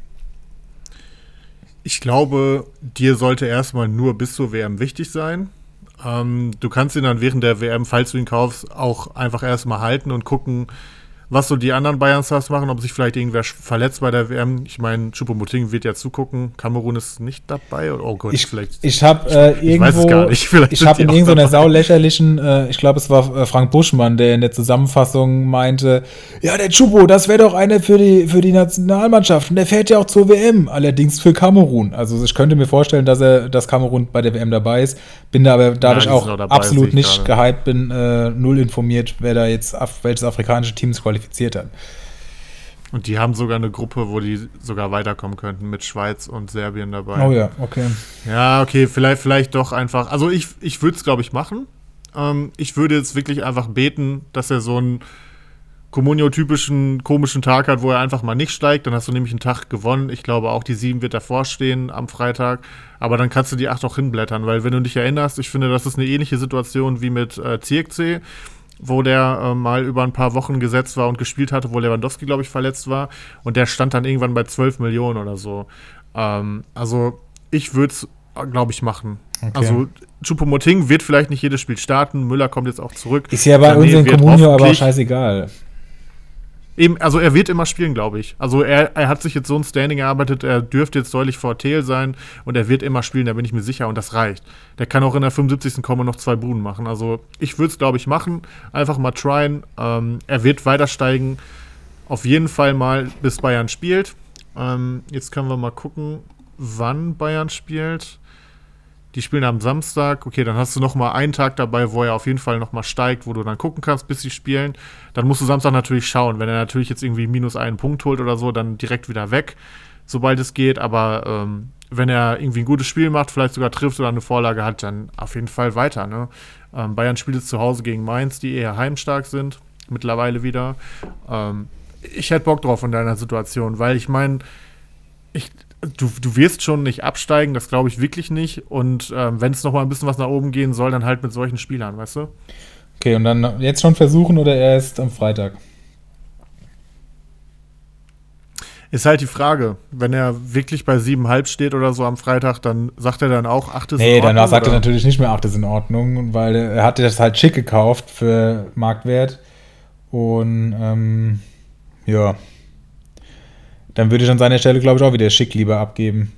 Ich glaube, dir sollte erstmal nur bis zur WM wichtig sein. Du kannst ihn dann während der WM, falls du ihn kaufst, auch einfach erstmal halten und gucken, was so die anderen Bayern-Stars machen, ob sich vielleicht irgendwer verletzt bei der WM. Ich meine, Choupo-Moting wird ja zugucken. Kamerun ist nicht dabei. Oh Gott, vielleicht. Ich habe irgendwo, weiß es gar nicht. Vielleicht ich habe in irgendeiner saulächerlichen, ich glaube, es war Frank Buschmann, der in der Zusammenfassung meinte, ja, der Choupo, das wäre doch einer für die Nationalmannschaft. Und der fährt ja auch zur WM, allerdings für Kamerun. Also ich könnte mir vorstellen, dass Kamerun bei der WM dabei ist. Bin da aber, da ich auch absolut nicht gehypt bin, null informiert, wer da jetzt welches afrikanische Team es qualifiziert hat. Und die haben sogar eine Gruppe, wo die sogar weiterkommen könnten, mit Schweiz und Serbien dabei. Oh ja, okay. Ja, okay, vielleicht doch einfach. Also ich würde es, glaube ich, machen. Ich würde jetzt wirklich einfach beten, dass er so einen Comunio-typischen komischen Tag hat, wo er einfach mal nicht steigt. Dann hast du nämlich einen Tag gewonnen. Ich glaube auch, die 7 wird davor stehen am Freitag. Aber dann kannst du die 8 auch hinblättern, weil wenn du dich erinnerst, ich finde, das ist eine ähnliche Situation wie mit Zirkzee, wo der mal über ein paar Wochen gesetzt war und gespielt hatte, wo Lewandowski, glaube ich, verletzt war. Und der stand dann irgendwann bei 12 Millionen oder so. Also ich würde es, glaube ich, machen. Okay. Also Choupo-Moting wird vielleicht nicht jedes Spiel starten. Müller kommt jetzt auch zurück. Ist ja bei uns in Comunio aber auch scheißegal. Eben, also er wird immer spielen, glaube ich. Also er hat sich jetzt so ein Standing erarbeitet, er dürfte jetzt deutlich vor Thiel sein und er wird immer spielen, da bin ich mir sicher und das reicht. Der kann auch in der 75. kommen und noch 2 Buden machen. Also ich würde es, glaube ich, machen. Einfach mal tryen. Er wird weiter steigen. Auf jeden Fall mal, bis Bayern spielt. Jetzt können wir mal gucken, wann Bayern spielt. Die spielen am Samstag. Okay, dann hast du noch mal einen Tag dabei, wo er auf jeden Fall noch mal steigt, wo du dann gucken kannst, bis sie spielen. Dann musst du Samstag natürlich schauen. Wenn er natürlich jetzt irgendwie -1 Punkt holt oder so, dann direkt wieder weg, sobald es geht. Aber wenn er irgendwie ein gutes Spiel macht, vielleicht sogar trifft oder eine Vorlage hat, dann auf jeden Fall weiter. Ne? Bayern spielt jetzt zu Hause gegen Mainz, die eher heimstark sind, mittlerweile wieder. Ich hätte Bock drauf in deiner Situation, weil ich meine, Du wirst schon nicht absteigen, das glaube ich wirklich nicht. Und wenn es noch mal ein bisschen was nach oben gehen soll, dann halt mit solchen Spielern, weißt du? Okay, und dann jetzt schon versuchen oder erst am Freitag? Ist halt die Frage. Wenn er wirklich bei 7,5 steht oder so am Freitag, dann sagt er dann auch 8 ist in Ordnung? Nee, danach sagt er natürlich nicht mehr 8 ist in Ordnung, weil er hatte das halt schick gekauft für Marktwert. Und ja. Dann würde ich an seiner Stelle, glaube ich, auch wieder schick lieber abgeben.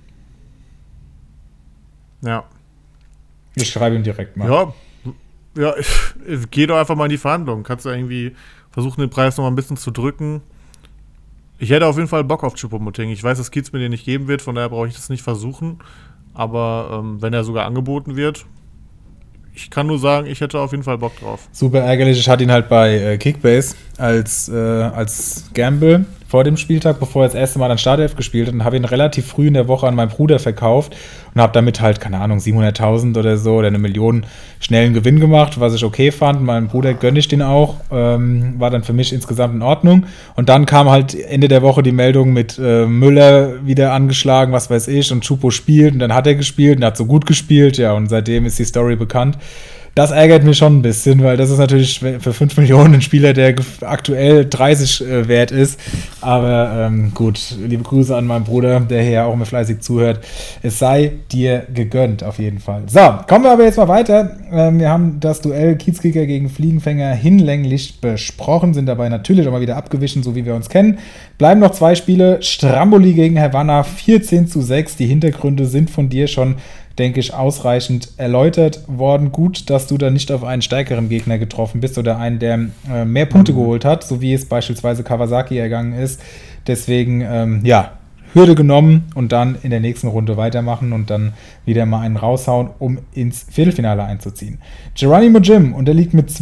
Ja. Ich schreibe ihm direkt mal. Ja, geh doch einfach mal in die Verhandlungen. Kannst du irgendwie versuchen, den Preis noch mal ein bisschen zu drücken. Ich hätte auf jeden Fall Bock auf Choupo-Moting. Ich weiß, dass Kiez mir den nicht geben wird, von daher brauche ich das nicht versuchen. Aber wenn er sogar angeboten wird, ich kann nur sagen, ich hätte auf jeden Fall Bock drauf. Super ärgerlich. Ich hatte ihn halt bei Kickbase als Gamble vor dem Spieltag, bevor er das erste Mal an Startelf gespielt hat, und habe ihn relativ früh in der Woche an meinen Bruder verkauft und habe damit halt, keine Ahnung, 700.000 oder so oder 1 Million schnellen Gewinn gemacht, was ich okay fand. Meinem Bruder gönne ich den auch. War dann für mich insgesamt in Ordnung. Und dann kam halt Ende der Woche die Meldung mit Müller wieder angeschlagen, was weiß ich, und Choupo spielt. Und dann hat er gespielt und hat so gut gespielt. Ja, und seitdem ist die Story bekannt. Das ärgert mich schon ein bisschen, weil das ist natürlich für 5 Millionen ein Spieler, der aktuell 30 wert ist. Aber gut, liebe Grüße an meinen Bruder, der hier auch mir fleißig zuhört. Es sei dir gegönnt, auf jeden Fall. So, kommen wir aber jetzt mal weiter. Wir haben das Duell Kiezkicker gegen Fliegenfänger hinlänglich besprochen, sind dabei natürlich auch mal wieder abgewichen, so wie wir uns kennen. Bleiben noch 2 Spiele. Stramboli gegen Havanna, 14:6. Die Hintergründe sind von dir schon, denke ich, ausreichend erläutert worden. Gut, dass du da nicht auf einen stärkeren Gegner getroffen bist oder einen, der mehr Punkte geholt hat, so wie es beispielsweise Kawasaki ergangen ist. Deswegen, Hürde genommen und dann in der nächsten Runde weitermachen und dann wieder mal einen raushauen, um ins Viertelfinale einzuziehen. Geronimo Jim unterliegt mit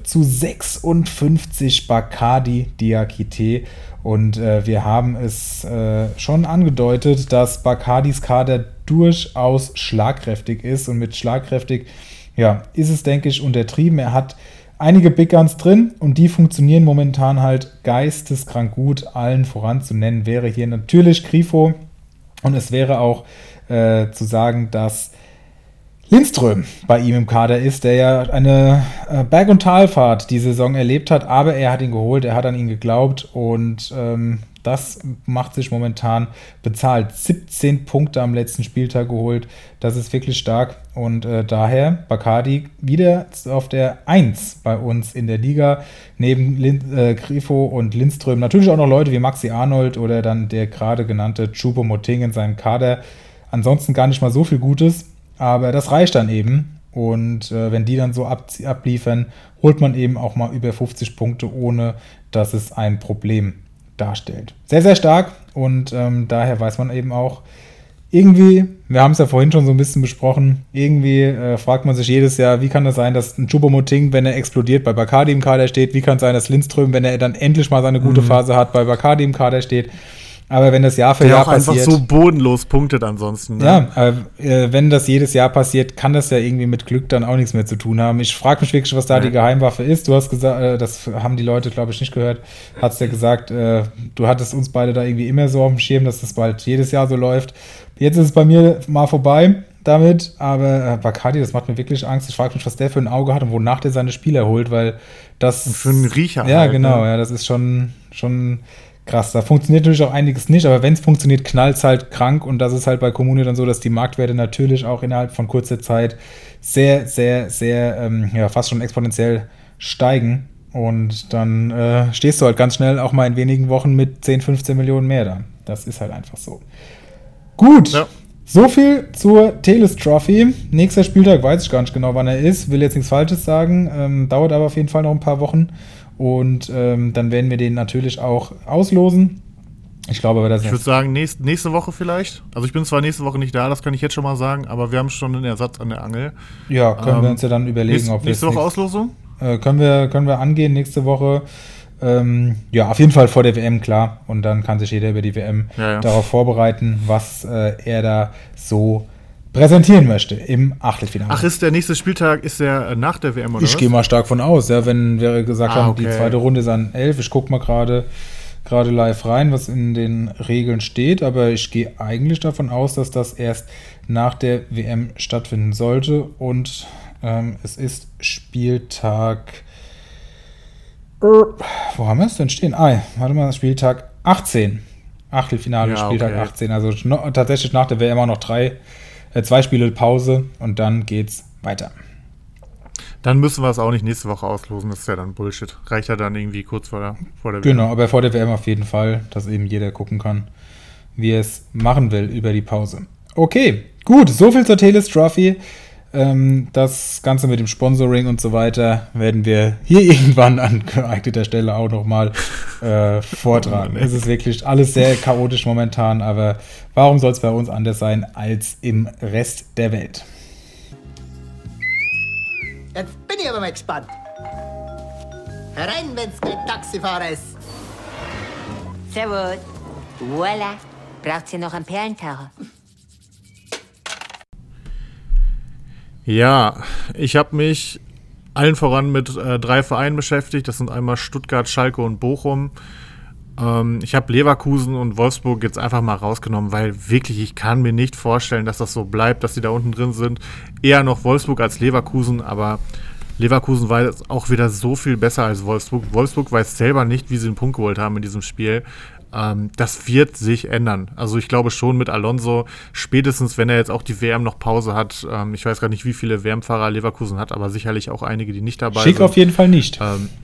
12:56 Bacardi Diakite. Und wir haben es schon angedeutet, dass Bacardis Kader durchaus schlagkräftig ist. Und mit schlagkräftig, ist es, denke ich, untertrieben. Er hat einige Big Guns drin und die funktionieren momentan halt geisteskrank gut. Allen voran zu nennen wäre hier natürlich Grifo. Und es wäre auch zu sagen, dass Lindström bei ihm im Kader ist, der ja eine Berg- und Talfahrt die Saison erlebt hat, aber er hat ihn geholt, er hat an ihn geglaubt und das macht sich momentan bezahlt. 17 Punkte am letzten Spieltag geholt, das ist wirklich stark und daher Bacardi wieder auf der 1 bei uns in der Liga, neben Grifo und Lindström. Natürlich auch noch Leute wie Maxi Arnold oder dann der gerade genannte Choupo-Moting in seinem Kader. Ansonsten gar nicht mal so viel Gutes. Aber das reicht dann eben und wenn die dann so abliefern, holt man eben auch mal über 50 Punkte, ohne dass es ein Problem darstellt. Sehr, sehr stark und daher weiß man eben auch, irgendwie, wir haben es ja vorhin schon so ein bisschen besprochen, irgendwie fragt man sich jedes Jahr, wie kann das sein, dass ein Choupo-Moting, wenn er explodiert, bei Bacardi im Kader steht, wie kann es sein, dass Lindström, wenn er dann endlich mal seine gute Phase hat, bei Bacardi im Kader steht. Aber wenn das Jahr für Jahr passiert... Der auch einfach so bodenlos punktet ansonsten. Ne? Ja, aber wenn das jedes Jahr passiert, kann das ja irgendwie mit Glück dann auch nichts mehr zu tun haben. Ich frage mich wirklich, was da die Geheimwaffe ist. Du hast gesagt, das haben die Leute, glaube ich, nicht gehört, hast ja gesagt, du hattest uns beide da irgendwie immer so auf dem Schirm, dass das bald jedes Jahr so läuft. Jetzt ist es bei mir mal vorbei damit, aber Bacardi, das macht mir wirklich Angst. Ich frage mich, was der für ein Auge hat und wonach der seine Spieler holt, weil das... Und für einen Riecher ja, halt, genau, ne? Ja, das ist schon krass. Da funktioniert natürlich auch einiges nicht, aber wenn es funktioniert, knallt es halt krank und das ist halt bei Comunio dann so, dass die Marktwerte natürlich auch innerhalb von kurzer Zeit sehr, sehr, sehr, fast schon exponentiell steigen und dann stehst du halt ganz schnell auch mal in wenigen Wochen mit 10, 15 Millionen mehr da. Das ist halt einfach so. Gut. Ja. So viel zur Teles Trophy. Nächster Spieltag weiß ich gar nicht genau, wann er ist. Will jetzt nichts Falsches sagen. Dauert aber auf jeden Fall noch ein paar Wochen. Und dann werden wir den natürlich auch auslosen. Ich glaube aber, ich würde sagen, nächste Woche vielleicht. Also ich bin zwar nächste Woche nicht da, das kann ich jetzt schon mal sagen, aber wir haben schon einen Ersatz an der Angel. Ja, können wir uns ja dann überlegen, ob wir nächste Woche Auslosung? Können wir angehen nächste Woche. Auf jeden Fall vor der WM, klar. Und dann kann sich jeder über die WM darauf vorbereiten, was er da so präsentieren möchte im Achtelfinale. Ach, ist der nächste Spieltag, ist der nach der WM, oder Ich gehe mal stark von aus, ja, wenn wir gesagt haben, die zweite Runde ist an 11. Ich gucke mal gerade live rein, was in den Regeln steht, aber ich gehe eigentlich davon aus, dass das erst nach der WM stattfinden sollte und es ist Spieltag wo haben wir es denn stehen? Warte mal, Spieltag 18. Achtelfinale, Spieltag 18. Also tatsächlich nach der WM auch noch 2 Spiele Pause und dann geht's weiter. Dann müssen wir es auch nicht nächste Woche auslosen, das ist ja dann Bullshit. Reicht ja dann irgendwie kurz vor der WM. Genau, aber vor der WM auf jeden Fall, dass eben jeder gucken kann, wie er es machen will über die Pause. Okay, gut, soviel zur Teles Trophy. Das Ganze mit dem Sponsoring und so weiter werden wir hier irgendwann an geeigneter Stelle auch nochmal vortragen. Es ist wirklich alles sehr chaotisch momentan, aber warum soll es bei uns anders sein als im Rest der Welt? Jetzt bin ich aber mal gespannt. Herein, wenn's kein Taxifahrer ist. Servus. Voila. Braucht ihr noch einen Perlentaucher? Ja, ich habe mich allen voran mit 3 Vereinen beschäftigt. Das sind einmal Stuttgart, Schalke und Bochum. Ich habe Leverkusen und Wolfsburg jetzt einfach mal rausgenommen, weil wirklich, ich kann mir nicht vorstellen, dass das so bleibt, dass die da unten drin sind. Eher noch Wolfsburg als Leverkusen, aber Leverkusen war jetzt auch wieder so viel besser als Wolfsburg. Wolfsburg weiß selber nicht, wie sie den Punkt geholt haben in diesem Spiel. Das wird sich ändern. Also ich glaube schon mit Alonso, spätestens wenn er jetzt auch die WM noch Pause hat, ich weiß gar nicht, wie viele WM-Fahrer Leverkusen hat, aber sicherlich auch einige, die nicht dabei sind. Schick auf jeden Fall nicht.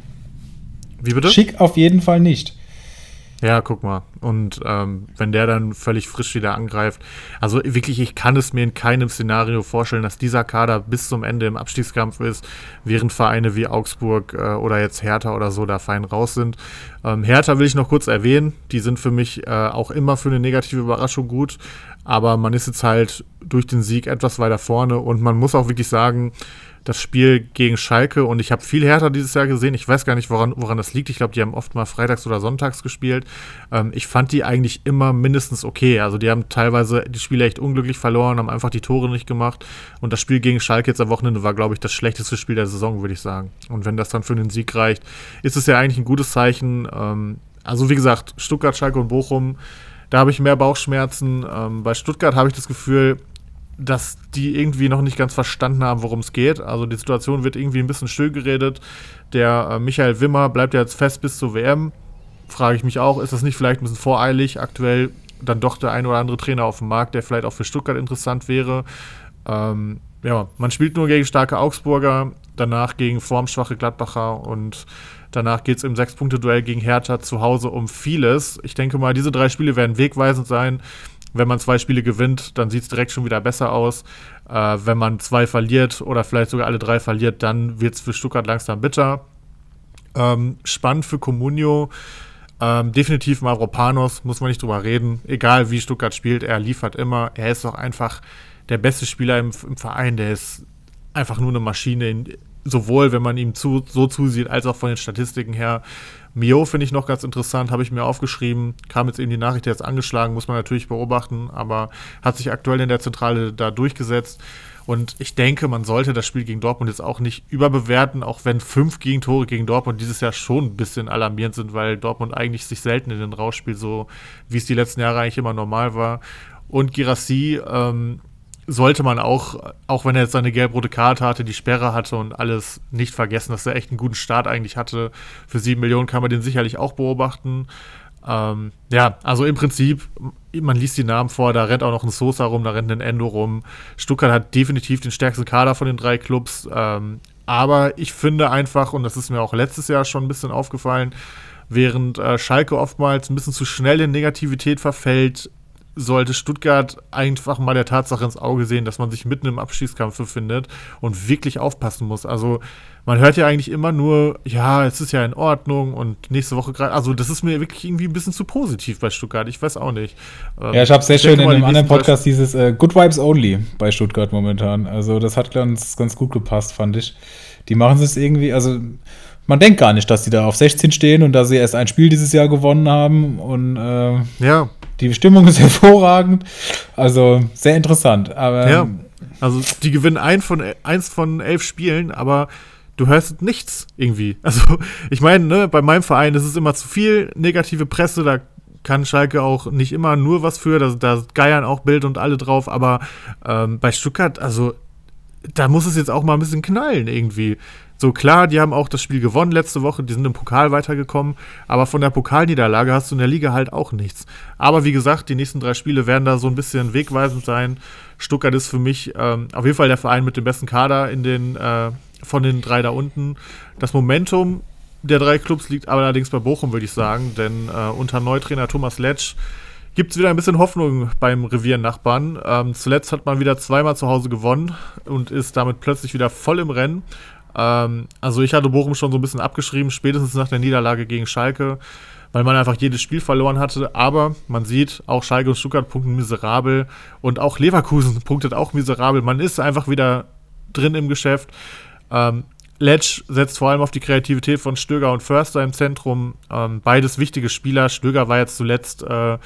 Wie bitte? Schick auf jeden Fall nicht. Ja, guck mal. Und wenn der dann völlig frisch wieder angreift, also wirklich, ich kann es mir in keinem Szenario vorstellen, dass dieser Kader bis zum Ende im Abstiegskampf ist, während Vereine wie Augsburg oder jetzt Hertha oder so da fein raus sind. Hertha will ich noch kurz erwähnen, die sind für mich auch immer für eine negative Überraschung gut, aber man ist jetzt halt durch den Sieg etwas weiter vorne und man muss auch wirklich sagen, das Spiel gegen Schalke, und ich habe viel Hertha dieses Jahr gesehen, ich weiß gar nicht, woran das liegt, ich glaube, die haben oft mal freitags oder sonntags gespielt, ich fand die eigentlich immer mindestens okay, also die haben teilweise die Spiele echt unglücklich verloren, haben einfach die Tore nicht gemacht und das Spiel gegen Schalke jetzt am Wochenende war, glaube ich, das schlechteste Spiel der Saison, würde ich sagen, und wenn das dann für einen Sieg reicht, ist es ja eigentlich ein gutes Zeichen, also wie gesagt, Stuttgart, Schalke und Bochum, da habe ich mehr Bauchschmerzen, bei Stuttgart habe ich das Gefühl, dass die irgendwie noch nicht ganz verstanden haben, worum es geht. Also die Situation wird irgendwie ein bisschen still geredet. Der Michael Wimmer bleibt ja jetzt fest bis zur WM. Frage ich mich auch, ist das nicht vielleicht ein bisschen voreilig? Aktuell dann doch der ein oder andere Trainer auf dem Markt, der vielleicht auch für Stuttgart interessant wäre. Man spielt nur gegen starke Augsburger, danach gegen formschwache Gladbacher und danach geht es im 6-Punkte-Duell gegen Hertha zu Hause um vieles. Ich denke mal, diese 3 Spiele werden wegweisend sein. Wenn man 2 Spiele gewinnt, dann sieht es direkt schon wieder besser aus. Wenn man 2 verliert oder vielleicht sogar alle 3 verliert, dann wird es für Stuttgart langsam bitter. Spannend für Comunio. Definitiv Mavropanos, muss man nicht drüber reden. Egal wie Stuttgart spielt, er liefert immer. Er ist doch einfach der beste Spieler im Verein. Der ist einfach nur eine Maschine, sowohl wenn man ihm so zusieht, als auch von den Statistiken her. Mio finde ich noch ganz interessant, habe ich mir aufgeschrieben, kam jetzt eben die Nachricht jetzt angeschlagen, muss man natürlich beobachten, aber hat sich aktuell in der Zentrale da durchgesetzt und ich denke, man sollte das Spiel gegen Dortmund jetzt auch nicht überbewerten, auch wenn 5 Gegentore gegen Dortmund dieses Jahr schon ein bisschen alarmierend sind, weil Dortmund eigentlich sich selten in den rausspielt, so wie es die letzten Jahre eigentlich immer normal war. Und Guirassy sollte man auch wenn er jetzt seine gelb-rote Karte hatte, die Sperre hatte und alles, nicht vergessen, dass er echt einen guten Start eigentlich hatte. Für 7 Millionen kann man den sicherlich auch beobachten. Also im Prinzip, man liest die Namen vor, da rennt auch noch ein Sosa rum, da rennt ein Endo rum. Stuttgart hat definitiv den stärksten Kader von den 3 Clubs. Aber ich finde einfach, und das ist mir auch letztes Jahr schon ein bisschen aufgefallen, während Schalke oftmals ein bisschen zu schnell in Negativität verfällt, sollte Stuttgart einfach mal der Tatsache ins Auge sehen, dass man sich mitten im Abstiegskampf befindet und wirklich aufpassen muss. Also man hört ja eigentlich immer nur, ja, es ist ja in Ordnung und nächste Woche gerade, also das ist mir wirklich irgendwie ein bisschen zu positiv bei Stuttgart, ich weiß auch nicht. Ja, ich habe sehr schön in einem anderen Podcast dieses Good Vibes Only bei Stuttgart momentan. Also das hat ganz gut gepasst, fand ich. Die machen es irgendwie, also man denkt gar nicht, dass die da auf 16 stehen und dass sie erst ein Spiel dieses Jahr gewonnen haben und ja. Die Stimmung ist hervorragend, also sehr interessant. Aber ja, also die gewinnen eins von 11 Spielen, aber du hörst nichts irgendwie. Also ich meine, ne, bei meinem Verein ist es immer zu viel negative Presse, da kann Schalke auch nicht immer nur was für, da geiern auch Bild und alle drauf, aber bei Stuttgart, also da muss es jetzt auch mal ein bisschen knallen irgendwie. So klar, die haben auch das Spiel gewonnen letzte Woche, die sind im Pokal weitergekommen, aber von der Pokalniederlage hast du in der Liga halt auch nichts. Aber wie gesagt, die nächsten 3 Spiele werden da so ein bisschen wegweisend sein. Stuttgart ist für mich auf jeden Fall der Verein mit dem besten Kader von den 3 da unten. Das Momentum der 3 Clubs liegt allerdings bei Bochum, würde ich sagen, denn unter Neutrainer Thomas Letsch gibt es wieder ein bisschen Hoffnung beim Reviernachbarn. Zuletzt hat man wieder 2-mal zu Hause gewonnen und ist damit plötzlich wieder voll im Rennen. Also ich hatte Bochum schon so ein bisschen abgeschrieben, spätestens nach der Niederlage gegen Schalke, weil man einfach jedes Spiel verloren hatte. Aber man sieht, auch Schalke und Stuttgart punkten miserabel und auch Leverkusen punktet auch miserabel. Man ist einfach wieder drin im Geschäft. Letsch setzt vor allem auf die Kreativität von Stöger und Förster im Zentrum. Beides wichtige Spieler. Stöger war jetzt zuletzt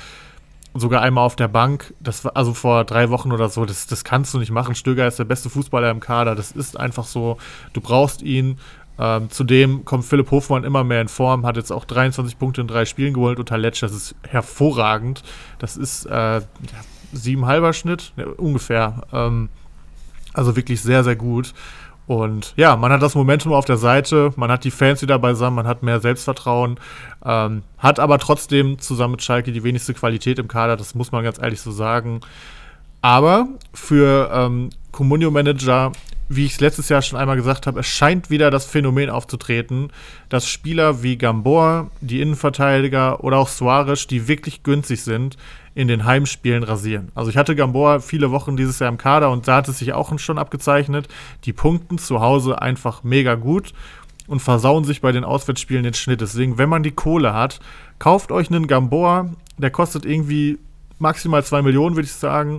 sogar einmal auf der Bank, das war also vor 3 Wochen oder so, das kannst du nicht machen. Stöger ist der beste Fußballer im Kader, das ist einfach so, du brauchst ihn. Zudem kommt Philipp Hofmann immer mehr in Form, hat jetzt auch 23 Punkte in 3 Spielen geholt unter Letsch, das ist hervorragend. Das ist 7,5er Schnitt, ungefähr. Also wirklich sehr, sehr gut. Und ja, man hat das Momentum auf der Seite, man hat die Fans wieder beisammen, man hat mehr Selbstvertrauen, hat aber trotzdem zusammen mit Schalke die wenigste Qualität im Kader, das muss man ganz ehrlich so sagen. Aber für Comunio-Manager, wie ich es letztes Jahr schon einmal gesagt habe, es scheint wieder das Phänomen aufzutreten, dass Spieler wie Gamboa, die Innenverteidiger oder auch Suarez, die wirklich günstig sind, in den Heimspielen rasieren. Also ich hatte Gamboa viele Wochen dieses Jahr im Kader und da hat es sich auch schon abgezeichnet. Die punkten zu Hause einfach mega gut und versauen sich bei den Auswärtsspielen den Schnitt. Deswegen, wenn man die Kohle hat, kauft euch einen Gamboa, der kostet irgendwie maximal 2 Millionen, würde ich sagen.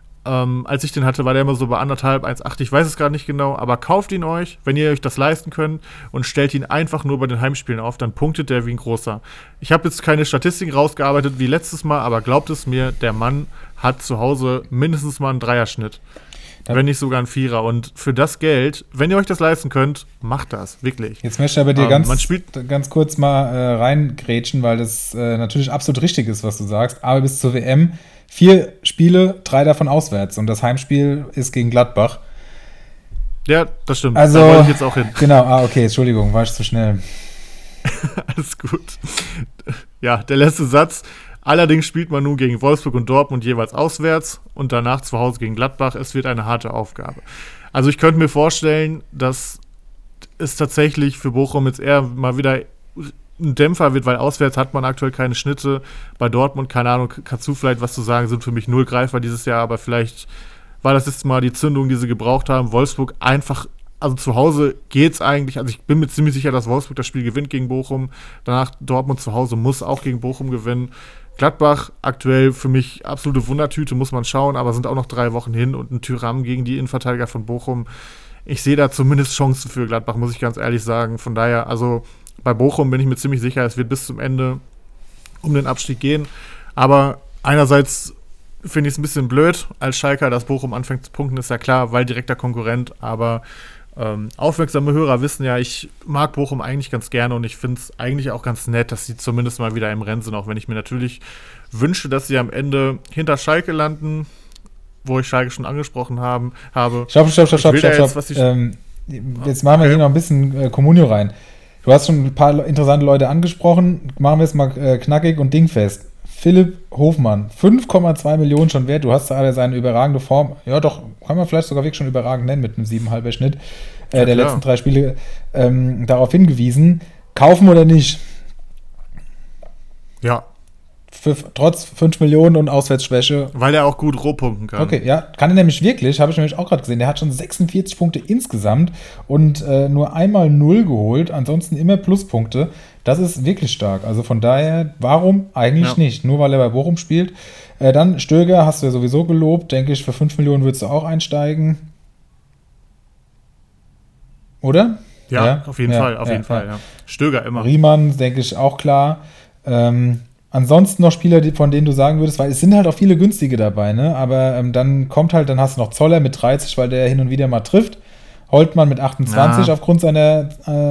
Als ich den hatte, war der immer so bei 1,5, 1,8, ich weiß es gerade nicht genau, aber kauft ihn euch, wenn ihr euch das leisten könnt und stellt ihn einfach nur bei den Heimspielen auf, dann punktet der wie ein großer. Ich habe jetzt keine Statistiken rausgearbeitet wie letztes Mal, aber glaubt es mir, der Mann hat zu Hause mindestens mal einen Dreierschnitt, wenn nicht sogar einen Vierer. Und für das Geld, wenn ihr euch das leisten könnt, macht das, wirklich. Jetzt möchte ich aber dir ganz kurz mal reingrätschen, weil das natürlich absolut richtig ist, was du sagst, aber bis zur WM 4 Spiele, 3 davon auswärts. Und das Heimspiel ist gegen Gladbach. Ja, das stimmt. Also, da wollte ich jetzt auch hin. Genau, okay, Entschuldigung, war ich zu schnell. Alles gut. Ja, der letzte Satz. Allerdings spielt man nun gegen Wolfsburg und Dortmund jeweils auswärts und danach zu Hause gegen Gladbach. Es wird eine harte Aufgabe. Also ich könnte mir vorstellen, dass es tatsächlich für Bochum jetzt eher mal wieder ein Dämpfer wird, weil auswärts hat man aktuell keine Schnitte. Bei Dortmund, keine Ahnung, kannst du vielleicht was zu sagen, sind für mich null Greifer dieses Jahr, aber vielleicht war das jetzt mal die Zündung, die sie gebraucht haben. Wolfsburg einfach, also zu Hause geht's eigentlich, also ich bin mir ziemlich sicher, dass Wolfsburg das Spiel gewinnt gegen Bochum. Danach Dortmund zu Hause muss auch gegen Bochum gewinnen. Gladbach aktuell für mich absolute Wundertüte, muss man schauen, aber sind auch noch 3 Wochen hin und ein Thuram gegen die Innenverteidiger von Bochum. Ich sehe da zumindest Chancen für Gladbach, muss ich ganz ehrlich sagen. Von daher, also bei Bochum bin ich mir ziemlich sicher, es wird bis zum Ende um den Abstieg gehen. Aber einerseits finde ich es ein bisschen blöd als Schalker, dass Bochum anfängt zu punkten, ist ja klar, weil direkter Konkurrent. Aber aufmerksame Hörer wissen ja, ich mag Bochum eigentlich ganz gerne und ich finde es eigentlich auch ganz nett, dass sie zumindest mal wieder im Rennen sind, auch wenn ich mir natürlich wünsche, dass sie am Ende hinter Schalke landen, wo ich Schalke schon angesprochen habe. Stopp. Jetzt machen wir hier noch ein bisschen Comunio rein. Du hast schon ein paar interessante Leute angesprochen. Machen wir es mal knackig und dingfest. Philipp Hofmann, 5,2 Millionen schon wert. Du hast gerade seine überragende Form. Ja, doch, kann man vielleicht sogar wirklich schon überragend nennen mit einem 7,5er Schnitt der letzten 3 Spiele darauf hingewiesen. Kaufen oder nicht? Ja. Trotz 5 Millionen und Auswärtsschwäche. Weil er auch gut rohpunkten kann. Okay, ja, kann er nämlich wirklich, habe ich nämlich auch gerade gesehen. Der hat schon 46 Punkte insgesamt und nur einmal 0 geholt, ansonsten immer Pluspunkte. Das ist wirklich stark. Also von daher, warum eigentlich nicht? Nur weil er bei Bochum spielt. Dann Stöger, hast du ja sowieso gelobt. Denke ich, für 5 Millionen würdest du auch einsteigen. Oder? Ja, auf jeden Fall. Ja. Stöger immer. Riemann, denke ich, auch klar. Ansonsten noch Spieler, von denen du sagen würdest, weil es sind halt auch viele günstige dabei, ne? Aber dann hast du noch Zoller mit 30, weil der hin und wieder mal trifft. Holtmann mit 28 aufgrund seiner,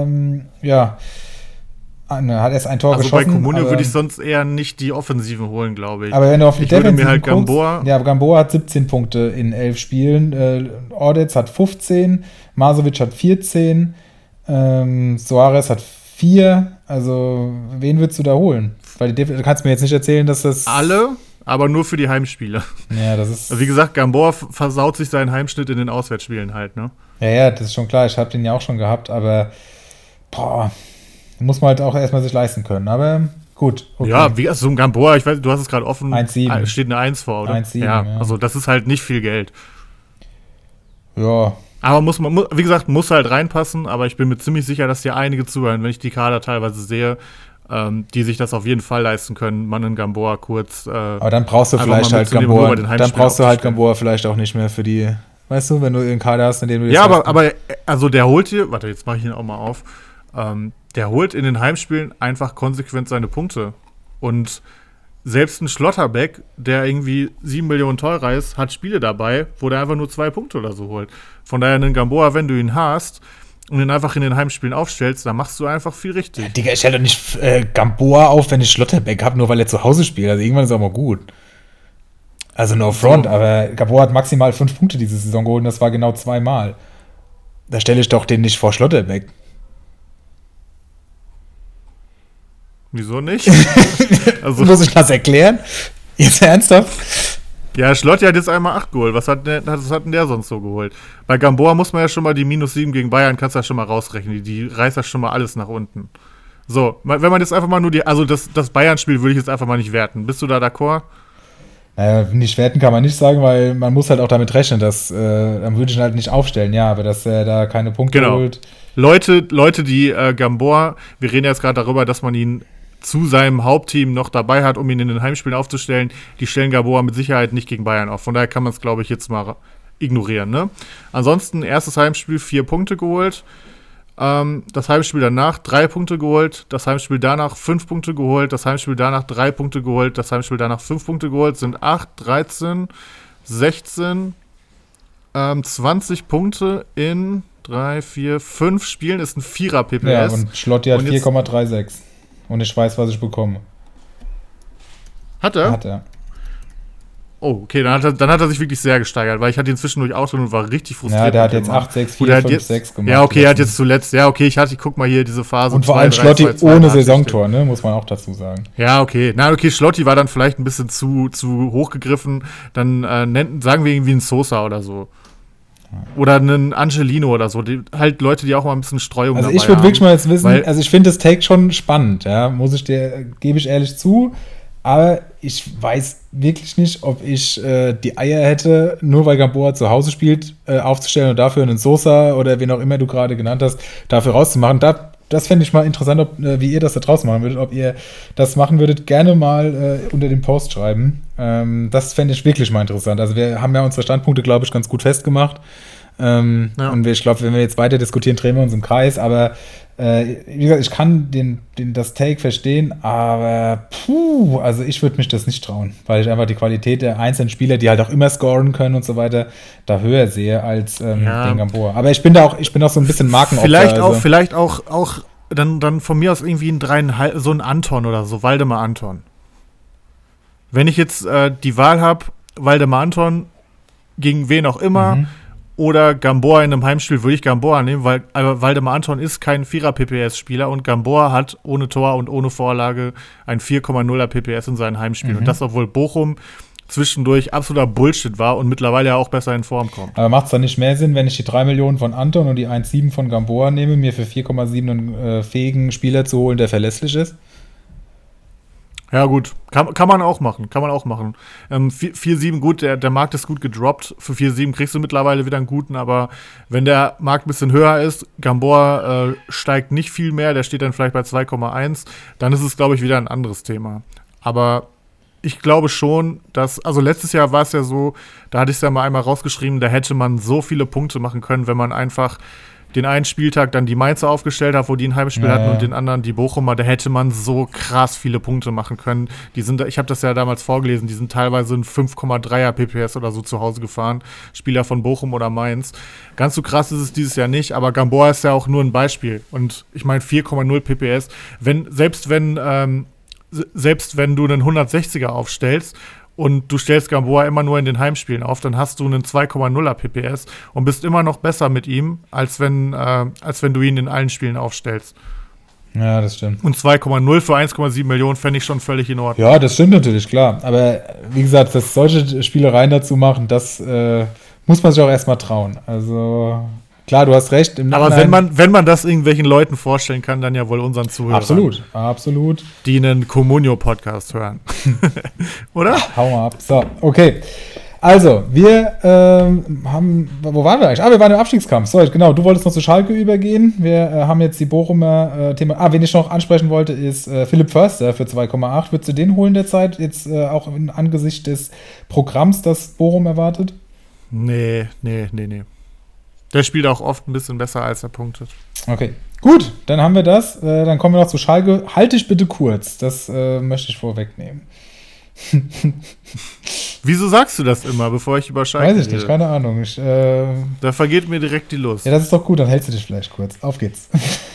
hat erst ein Tor geschossen. Also bei Comunio würde ich sonst eher nicht die Offensiven holen, glaube ich. Aber wenn du auf die Defensiven halt Gamboa. Ja, Gamboa hat 17 Punkte in 11 Spielen. Ordetz hat 15, Masovic hat 14, Suarez hat 4. Also, wen würdest du da holen? Weil du kannst mir jetzt nicht erzählen, dass das... Alle, aber nur für die Heimspiele. Ja, das ist... Also wie gesagt, Gamboa versaut sich seinen Heimschnitt in den Auswärtsspielen halt, ne? Ja, das ist schon klar. Ich habe den ja auch schon gehabt, aber muss man halt auch erstmal sich leisten können. Aber gut. Okay. Ja, wie so ein Gamboa, ich weiß, du hast es gerade offen. 1,7. Steht eine 1 vor, oder? 1,7, ja. Also das ist halt nicht viel Geld. Ja. Aber wie gesagt, muss halt reinpassen, aber ich bin mir ziemlich sicher, dass hier einige zuhören, wenn ich die Kader teilweise sehe, die sich das auf jeden Fall leisten können, man in Gamboa kurz. Aber dann brauchst du vielleicht halt Gamboa. Dann brauchst du halt Gamboa vielleicht auch nicht mehr für die, weißt du, wenn du einen Kader hast, in dem du jetzt. Ja, aber also der holt hier, warte, jetzt mache ich ihn auch mal auf. Der holt in den Heimspielen einfach konsequent seine Punkte. Und selbst ein Schlotterbeck, der irgendwie 7 Millionen teurer ist, hat Spiele dabei, wo der einfach nur 2 Punkte oder so holt. Von daher einen Gamboa, wenn du ihn hast und ihn einfach in den Heimspielen aufstellst, dann machst du einfach viel richtig. Ja, Digga, ich stelle doch nicht Gamboa auf, wenn ich Schlotterbeck habe, nur weil er zu Hause spielt. Also irgendwann ist er auch mal gut. Also no front, aber Gamboa hat maximal 5 Punkte diese Saison geholt und das war genau 2 Mal. Da stelle ich doch den nicht vor Schlotterbeck. Wieso nicht? Also, muss ich das erklären? Jetzt ernsthaft? Ja, Schlotti hat jetzt einmal 8 geholt. Was hat denn der sonst so geholt? Bei Gamboa muss man ja schon mal die -7 gegen Bayern, kannst du ja schon mal rausrechnen. Die reißt ja schon mal alles nach unten. So, wenn man jetzt einfach mal nur also das Bayern-Spiel würde ich jetzt einfach mal nicht werten. Bist du da d'accord? Nicht werten kann man nicht sagen, weil man muss halt auch damit rechnen, dass dann würde ich ihn halt nicht aufstellen, ja, aber dass er da keine Punkte holt. Leute, die Gamboa, wir reden jetzt gerade darüber, dass man ihn zu seinem Hauptteam noch dabei hat, um ihn in den Heimspielen aufzustellen, die stellen Gamboa mit Sicherheit nicht gegen Bayern auf. Von daher kann man es, glaube ich, jetzt mal ignorieren. Ne? Ansonsten, erstes Heimspiel 4 Punkte geholt. Das Heimspiel danach 3 Punkte geholt. Das Heimspiel danach 5 Punkte geholt. Das Heimspiel danach 3 Punkte geholt. Das Heimspiel danach 5 Punkte geholt. Sind 8, 13, 16, 20 Punkte in 3, 4, 5 Spielen. Ist ein 4er PPS. Ja, und Schlotti hat 4,36. Und ich weiß, was ich bekomme. Hat er? Hat er. Oh, okay, dann hat er sich wirklich sehr gesteigert, weil ich hatte ihn zwischendurch auch drin und war richtig frustriert. Ja, der hat jetzt 8, 6, 4, 5, 6 gemacht. Ja, okay, er hat jetzt zuletzt, guck mal hier diese Phase. Und vor allem Schlotti ohne Saisontor, ne, muss man auch dazu sagen. Ja, okay. Schlotti war dann vielleicht ein bisschen zu hoch gegriffen. Dann sagen wir irgendwie einen Sosa oder so. Oder einen Angelino oder so. Halt Leute, die auch mal ein bisschen Streuung haben. Also ich würde wirklich mal jetzt wissen, also ich finde das Take schon spannend, ja, gebe ich ehrlich zu. Aber ich weiß wirklich nicht, ob ich die Eier hätte, nur weil Gamboa zu Hause spielt, aufzustellen und dafür einen Sosa oder wen auch immer du gerade genannt hast, dafür rauszumachen. Das fände ich mal interessant, wie ihr das da draußen machen würdet. Ob ihr das machen würdet, gerne mal unter dem Post schreiben. Das fände ich wirklich mal interessant. Also wir haben ja unsere Standpunkte, glaube ich, ganz gut festgemacht. Und ich glaube, wenn wir jetzt weiter diskutieren, drehen wir uns im Kreis. Aber wie gesagt, ich kann das Take verstehen, aber also ich würde mich das nicht trauen, weil ich einfach die Qualität der einzelnen Spieler, die halt auch immer scoren können und so weiter, da höher sehe als den Gamboa. Aber ich bin auch so ein bisschen Markenopfer. Vielleicht auch dann von mir aus irgendwie ein 3,5, so ein Anton oder so, Waldemar Anton. Wenn ich jetzt die Wahl habe, Waldemar Anton gegen wen auch immer, oder Gamboa in einem Heimspiel, würde ich Gamboa nehmen, weil Waldemar Anton ist kein 4er PPS-Spieler und Gamboa hat ohne Tor und ohne Vorlage ein 4,0er PPS in seinen Heimspielen. Und das, obwohl Bochum zwischendurch absoluter Bullshit war und mittlerweile ja auch besser in Form kommt. Aber macht es dann nicht mehr Sinn, wenn ich die 3 Millionen von Anton und die 1,7 von Gamboa nehme, mir für 4,7 einen fähigen Spieler zu holen, der verlässlich ist? Ja, gut. Kann man auch machen. 4,7 gut, der Markt ist gut gedroppt. Für 4,7 kriegst du mittlerweile wieder einen guten, aber wenn der Markt ein bisschen höher ist, Gamboa steigt nicht viel mehr, der steht dann vielleicht bei 2,1, dann ist es, glaube ich, wieder ein anderes Thema. Aber ich glaube schon, also letztes Jahr war es ja so, da hatte ich es ja mal einmal rausgeschrieben, da hätte man so viele Punkte machen können, wenn man einfach den einen Spieltag dann die Mainzer aufgestellt hat, wo die ein Heimspiel hatten und den anderen die Bochumer, da hätte man so krass viele Punkte machen können. Ich habe das ja damals vorgelesen, die sind teilweise in 5,3er PPS oder so zu Hause gefahren, Spieler von Bochum oder Mainz. Ganz so krass ist es dieses Jahr nicht, aber Gamboa ist ja auch nur ein Beispiel. Und ich meine 4,0 PPS, selbst wenn du einen 160er aufstellst, und du stellst Gamboa immer nur in den Heimspielen auf, dann hast du einen 2,0er PPS und bist immer noch besser mit ihm, als wenn du ihn in allen Spielen aufstellst. Ja, das stimmt. Und 2,0 für 1,7 Millionen fände ich schon völlig in Ordnung. Ja, das stimmt natürlich, klar. Aber wie gesagt, dass solche Spielereien dazu machen, das muss man sich auch erstmal trauen. Also klar, du hast recht. Aber wenn man das irgendwelchen Leuten vorstellen kann, dann ja wohl unseren Zuhörern. Absolut. Die einen Comunio-Podcast hören. Oder? Hau mal ab. So, okay. Also, wir wo waren wir eigentlich? Wir waren im Abstiegskampf. So, genau, du wolltest noch zu Schalke übergehen. Wir haben jetzt die Bochumer Thema. Wen ich noch ansprechen wollte, ist Philipp Förster für 2,8. Würdest du den holen derzeit? Jetzt auch angesichts des Programms, das Bochum erwartet? Nee. Der spielt auch oft ein bisschen besser, als er punktet. Okay, gut, dann haben wir das. Dann kommen wir noch zu Schalke. Halte ich bitte kurz, das möchte ich vorwegnehmen. Wieso sagst du das immer, bevor ich über Schalke Weiß ich nicht, keine Ahnung. Da vergeht mir direkt die Lust. Ja, das ist doch gut, dann hältst du dich vielleicht kurz. Auf geht's.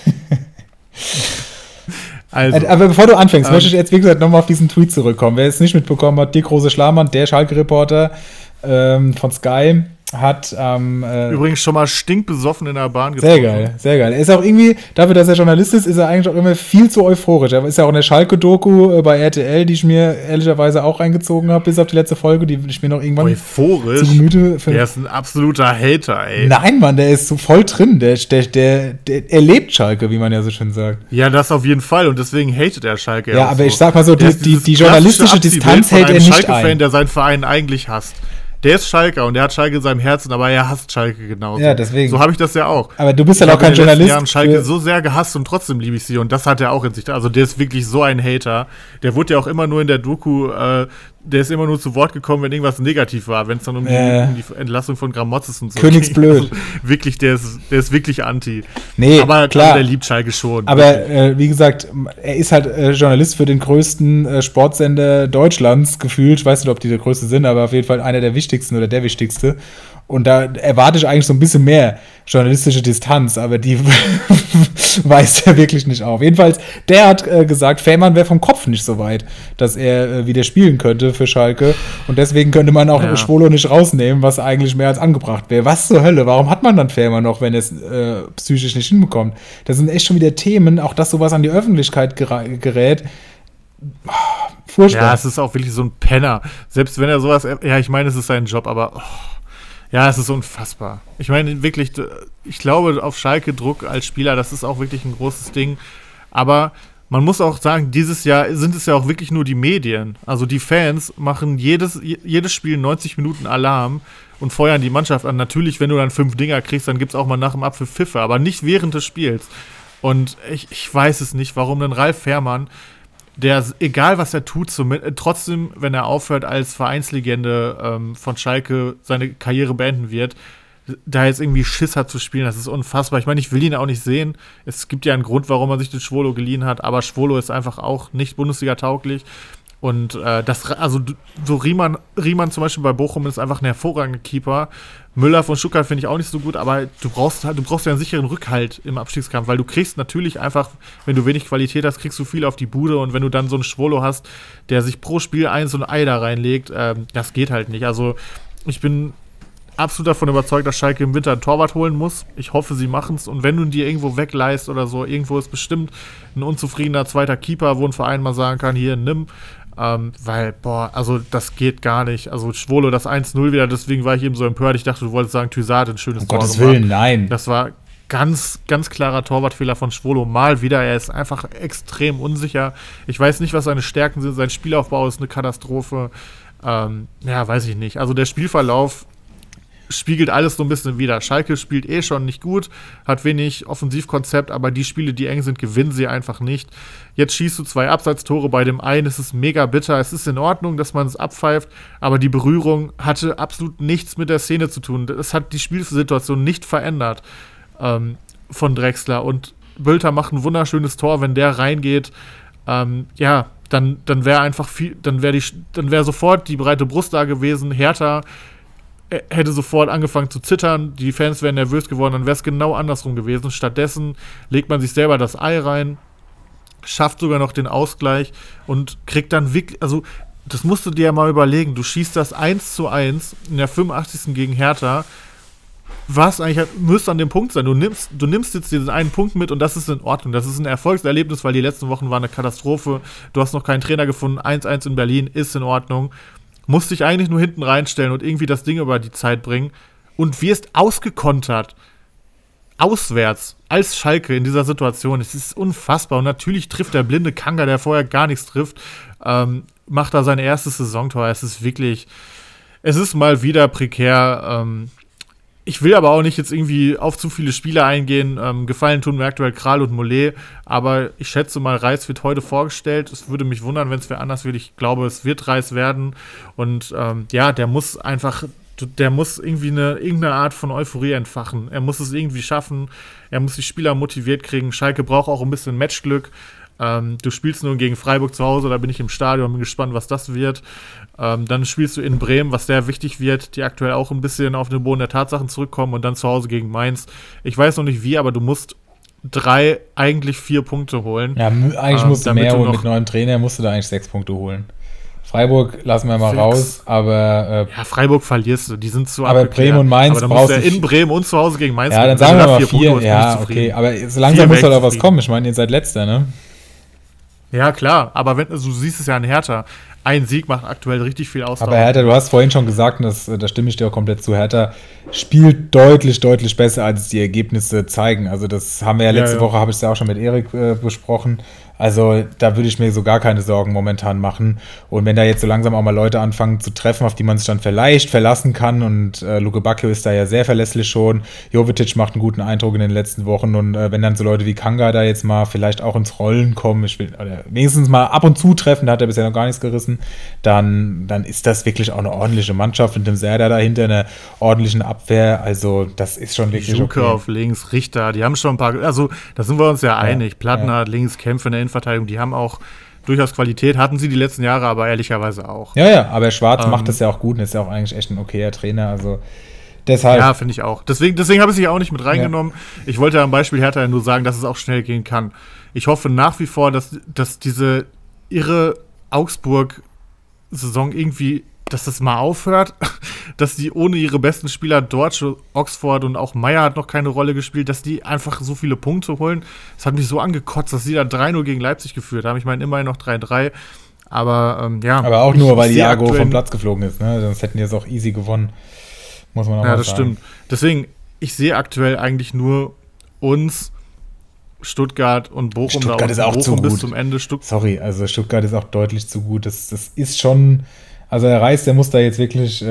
Also, aber bevor du anfängst, möchte ich jetzt, wie gesagt, nochmal auf diesen Tweet zurückkommen. Wer es nicht mitbekommen hat, Dirk Rose-Schlamann, der Schalke-Reporter von Sky, hat Übrigens schon mal stinkbesoffen in der Bahn getroffen. Sehr geil, sehr geil. Er ist auch irgendwie, dafür, dass er Journalist ist er eigentlich auch immer viel zu euphorisch. Er ist ja auch in der Schalke-Doku bei RTL, die ich mir ehrlicherweise auch reingezogen habe, bis auf die letzte Folge, die ich mir noch irgendwann euphorisch? Zu Gemüte der ist ein absoluter Hater, ey. Nein, Mann, der ist so voll drin. Der lebt Schalke, wie man ja so schön sagt. Ja, das auf jeden Fall. Und deswegen hatet er Schalke. Ja, aber so. Ich sag mal so, die journalistische Distanz hält er nicht Schalke-Fan, ein. Der seinen Verein eigentlich hasst. Der ist Schalker und der hat Schalke in seinem Herzen, aber er hasst Schalke genauso. Ja, deswegen. So habe ich das ja auch. Aber du bist ja auch kein Journalist. Ich habe Schalke so sehr gehasst und trotzdem liebe ich sie und das hat er auch in sich. Also der ist wirklich so ein Hater. Der wurde ja auch immer nur in der Doku, der ist immer nur zu Wort gekommen, wenn irgendwas negativ war, wenn es dann um die Entlassung von Gramotzes und so Königsblöd. Also, wirklich, der ist wirklich anti. Nee, aber klar. Also, der liebt Schalke schon. Aber wie gesagt, er ist halt Journalist für den größten Sportsender Deutschlands gefühlt. Ich weiß nicht, ob die der größte sind, aber auf jeden Fall einer der wichtigsten oder der wichtigste. Und da erwarte ich eigentlich so ein bisschen mehr journalistische Distanz, aber die weist er wirklich nicht auf. Jedenfalls, der hat gesagt, Fährmann wäre vom Kopf nicht so weit, dass er wieder spielen könnte für Schalke. Und deswegen könnte man auch Schwolo nicht rausnehmen, was eigentlich mehr als angebracht wäre. Was zur Hölle? Warum hat man dann Fährmann noch, wenn er es psychisch nicht hinbekommt? Das sind echt schon wieder Themen, auch dass sowas an die Öffentlichkeit gerät. Furchtbar. Ja, es ist auch wirklich so ein Penner. Selbst wenn er sowas, ja, ich meine, es ist sein Job, aber ja, es ist unfassbar. Ich meine, wirklich, ich glaube, auf Schalke Druck als Spieler, das ist auch wirklich ein großes Ding. Aber man muss auch sagen, dieses Jahr sind es ja auch wirklich nur die Medien. Also die Fans machen jedes Spiel 90 Minuten Alarm und feuern die Mannschaft an. Natürlich, wenn du dann 5 Dinger kriegst, dann gibt es auch mal nach dem Apfel Pfiffe, aber nicht während des Spiels. Und ich weiß es nicht, warum denn Ralf Fährmann, der, egal was er tut, trotzdem, wenn er aufhört, als Vereinslegende von Schalke seine Karriere beenden wird, da jetzt irgendwie Schiss hat zu spielen, das ist unfassbar. Ich meine, ich will ihn auch nicht sehen. Es gibt ja einen Grund, warum er sich den Schwolo geliehen hat, aber Schwolo ist einfach auch nicht Bundesliga-tauglich. Und so Riemann zum Beispiel bei Bochum ist einfach ein hervorragender Keeper. Müller von Stuttgart finde ich auch nicht so gut, aber du brauchst ja einen sicheren Rückhalt im Abstiegskampf, weil du kriegst natürlich einfach, wenn du wenig Qualität hast, kriegst du viel auf die Bude und wenn du dann so einen Schwolo hast, der sich pro Spiel so ein Ei da reinlegt, das geht halt nicht. Also ich bin absolut davon überzeugt, dass Schalke im Winter einen Torwart holen muss. Ich hoffe, sie machen es. Und wenn du ihn dir irgendwo wegleihst oder so, irgendwo ist bestimmt ein unzufriedener zweiter Keeper, wo ein Verein mal sagen kann, hier, nimm. Weil, also das geht gar nicht. Also Schwolo, das 1-0 wieder, deswegen war ich eben so empört. Ich dachte, du wolltest sagen, Thysard, ein schönes Tor. Um Gottes Willen, nein. Das war ganz, ganz klarer Torwartfehler von Schwolo. Mal wieder, er ist einfach extrem unsicher. Ich weiß nicht, was seine Stärken sind. Sein Spielaufbau ist eine Katastrophe. Weiß ich nicht. Also der Spielverlauf spiegelt alles so ein bisschen wider. Schalke spielt schon nicht gut, hat wenig Offensivkonzept, aber die Spiele, die eng sind, gewinnen sie einfach nicht. Jetzt schießt du 2 Abseitstore, bei dem einen ist es mega bitter, es ist in Ordnung, dass man es abpfeift, aber die Berührung hatte absolut nichts mit der Szene zu tun. Es hat die Spielsituation nicht verändert von Drexler und Bülter macht ein wunderschönes Tor, wenn der reingeht, dann wäre einfach dann wäre sofort die breite Brust da gewesen, Hertha hätte sofort angefangen zu zittern, die Fans wären nervös geworden, dann wäre es genau andersrum gewesen. Stattdessen legt man sich selber das Ei rein, schafft sogar noch den Ausgleich und kriegt dann wirklich, also das musst du dir ja mal überlegen, du schießt das 1:1 in der 85. gegen Hertha, was eigentlich müsste an dem Punkt sein. Du nimmst jetzt diesen einen Punkt mit und das ist in Ordnung. Das ist ein Erfolgserlebnis, weil die letzten Wochen waren eine Katastrophe. Du hast noch keinen Trainer gefunden, 1:1 in Berlin ist in Ordnung. Musst dich eigentlich nur hinten reinstellen und irgendwie das Ding über die Zeit bringen und wirst ausgekontert. Auswärts, als Schalke in dieser Situation. Es ist unfassbar. Und natürlich trifft der blinde Kanga, der vorher gar nichts trifft, macht da sein erstes Saisontor. Es ist mal wieder prekär. Ich will aber auch nicht jetzt irgendwie auf zu viele Spiele eingehen. Gefallen tun mir aktuell Kral und Mollet. Aber ich schätze mal, Reis wird heute vorgestellt. Es würde mich wundern, wenn es wer anders wird. Ich glaube, es wird Reis werden. Und der muss irgendwie irgendeine Art von Euphorie entfachen. Er muss es irgendwie schaffen. Er muss die Spieler motiviert kriegen. Schalke braucht auch ein bisschen Matchglück. Du spielst nun gegen Freiburg zu Hause, da bin ich im Stadion, bin gespannt, was das wird. Dann spielst du in Bremen, was sehr wichtig wird, die aktuell auch ein bisschen auf den Boden der Tatsachen zurückkommen und dann zu Hause gegen Mainz. Ich weiß noch nicht wie, aber du musst 3, eigentlich 4 Punkte holen. Ja, eigentlich musst du mehr holen. Mit neuem Trainer musst du da eigentlich 6 Punkte holen. Freiburg lassen wir mal 6. raus, aber Ja, Freiburg verlierst du, die sind zu aber abgeklärt. Bremen und Mainz aber dann brauchst musst du du ja in Bremen und zu Hause gegen Mainz ja, dann gewinnen. sagen wir mal 4 Punkte, 4. bin ich Ja, zufrieden. okay, aber so langsam 4 muss doch wäre ich was zufrieden. kommen. Ich meine, ihr seid Letzter, ne? Ja, klar, aber wenn, also, du siehst es ja an Hertha. Ein Sieg macht aktuell richtig viel aus. Aber Hertha, du hast vorhin schon gesagt, und da stimme ich dir auch komplett zu, Hertha spielt deutlich, deutlich besser, als die Ergebnisse zeigen. Also das haben wir ja letzte Woche, habe ich es ja auch schon mit Erik besprochen. Also da würde ich mir so gar keine Sorgen momentan machen. Und wenn da jetzt so langsam auch mal Leute anfangen zu treffen, auf die man sich dann vielleicht verlassen kann, und Luke Bacchio ist da ja sehr verlässlich schon, Jovetic macht einen guten Eindruck in den letzten Wochen, und wenn dann so Leute wie Kanga da jetzt mal vielleicht auch ins Rollen kommen, oder wenigstens mal ab und zu treffen, da hat er bisher noch gar nichts gerissen, dann ist das wirklich auch eine ordentliche Mannschaft mit dem Serda dahinter, einer ordentlichen Abwehr. Also das ist schon wirklich Juke okay. auf links, Richter, die haben schon ein paar, also da sind wir uns ja einig. Plattner hat links, Kämpfe in der Innenverteidigung, die haben auch durchaus Qualität, hatten sie die letzten Jahre aber ehrlicherweise auch. Ja, aber Schwarz macht das ja auch gut und ist ja auch eigentlich echt ein okayer Trainer, also deshalb. Ja, finde ich auch. Deswegen habe ich sie auch nicht mit reingenommen. Ja. Ich wollte am Beispiel Hertha ja nur sagen, dass es auch schnell gehen kann. Ich hoffe nach wie vor, dass diese irre Augsburg-Saison irgendwie, dass das mal aufhört, dass die ohne ihre besten Spieler Dortsch, Oxford und auch Meier hat noch keine Rolle gespielt, dass die einfach so viele Punkte holen. Das hat mich so angekotzt, dass sie da 3-0 gegen Leipzig geführt haben. Ich meine, immerhin noch 3-3. Aber ja. Aber auch nur, weil Iago vom Platz geflogen ist. Ne? Sonst hätten die es auch easy gewonnen. Muss man auch mal sagen. Ja, das stimmt. Deswegen, ich sehe aktuell eigentlich nur uns, Stuttgart und Bochum. Stuttgart ist auch zu gut. Bis zum Ende. Sorry, also Stuttgart ist auch deutlich zu gut. Das ist schon, also der Reis, der muss da jetzt wirklich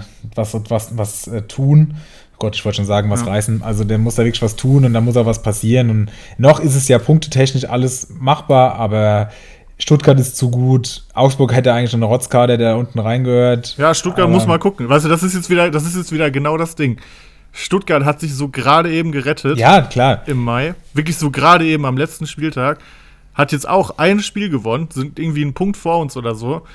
was tun. Gott, ich wollte schon sagen, was reißen. Also der muss da wirklich was tun und da muss auch was passieren. Und noch ist es ja punktetechnisch alles machbar, aber Stuttgart ist zu gut. Augsburg hätte eigentlich eine Rotzkader, der unten reingehört. Ja, Stuttgart muss mal gucken. Weißt du, das ist jetzt wieder genau das Ding. Stuttgart hat sich so gerade eben gerettet. Ja, klar. Im Mai. Wirklich so gerade eben am letzten Spieltag. Hat jetzt auch ein Spiel gewonnen. Sind irgendwie einen Punkt vor uns oder so.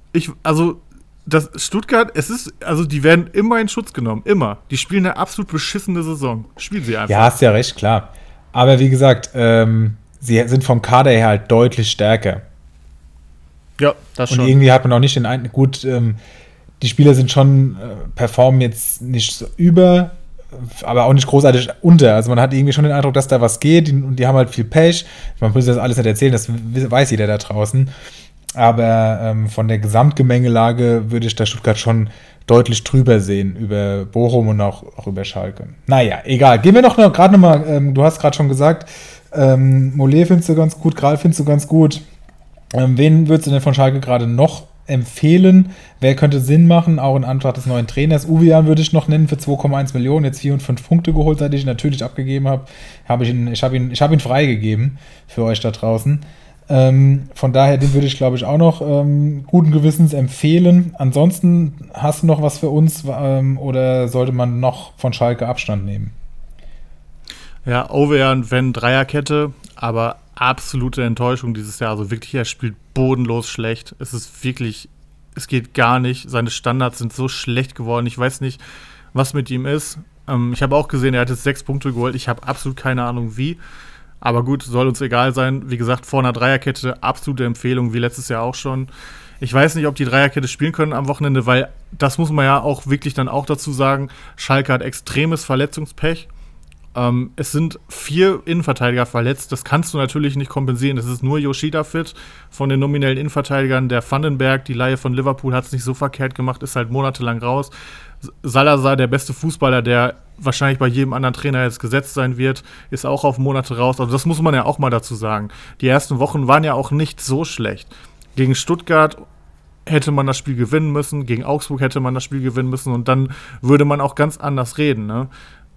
Das Stuttgart, die werden immer in Schutz genommen. Immer. Die spielen eine absolut beschissene Saison. Spielen sie einfach. Ja, hast ja recht, klar. Aber wie gesagt, sie sind vom Kader her halt deutlich stärker. Ja, das schon. Und irgendwie hat man auch nicht den einen. Gut, die Spieler sind schon, performen jetzt nicht so über, aber auch nicht großartig unter. Also man hat irgendwie schon den Eindruck, dass da was geht und die haben halt viel Pech. Man muss das alles nicht erzählen, das weiß jeder da draußen. Aber von der Gesamtgemengelage würde ich da Stuttgart schon deutlich drüber sehen, über Bochum und auch über Schalke. Naja, egal. Gehen wir gerade nochmal, du hast gerade schon gesagt, Mollet findest du ganz gut, Kral findest du ganz gut. Wen würdest du denn von Schalke gerade noch empfehlen? Wer könnte Sinn machen, auch in Anbetracht des neuen Trainers? Uwean würde ich noch nennen für 2,1 Millionen, jetzt 4 und 5 Punkte geholt, seit ich ihn natürlich abgegeben habe. Ich habe ihn freigegeben für euch da draußen. Von daher, den würde ich, glaube ich, auch noch guten Gewissens empfehlen. Ansonsten, hast du noch was für uns oder sollte man noch von Schalke Abstand nehmen? Ja, Ovejan, wenn Dreierkette, aber absolute Enttäuschung dieses Jahr. Also wirklich, er spielt bodenlos schlecht. Es geht gar nicht. Seine Standards sind so schlecht geworden. Ich weiß nicht, was mit ihm ist. Ich habe auch gesehen, er hat jetzt 6 Punkte geholt. Ich habe absolut keine Ahnung, wie. Aber gut, soll uns egal sein. Wie gesagt, vor einer Dreierkette absolute Empfehlung, wie letztes Jahr auch schon. Ich weiß nicht, ob die Dreierkette spielen können am Wochenende, weil das muss man ja auch wirklich dann auch dazu sagen, Schalke hat extremes Verletzungspech. Es sind 4 Innenverteidiger verletzt. Das kannst du natürlich nicht kompensieren. Es ist nur Yoshida fit von den nominellen Innenverteidigern. Der Vandenberg, die Leihe von Liverpool, hat es nicht so verkehrt gemacht, ist halt monatelang raus. Salazar, der beste Fußballer, der wahrscheinlich bei jedem anderen Trainer jetzt gesetzt sein wird, ist auch auf Monate raus. Also das muss man ja auch mal dazu sagen. Die ersten Wochen waren ja auch nicht so schlecht. Gegen Stuttgart hätte man das Spiel gewinnen müssen, gegen Augsburg hätte man das Spiel gewinnen müssen und dann würde man auch ganz anders reden, ne?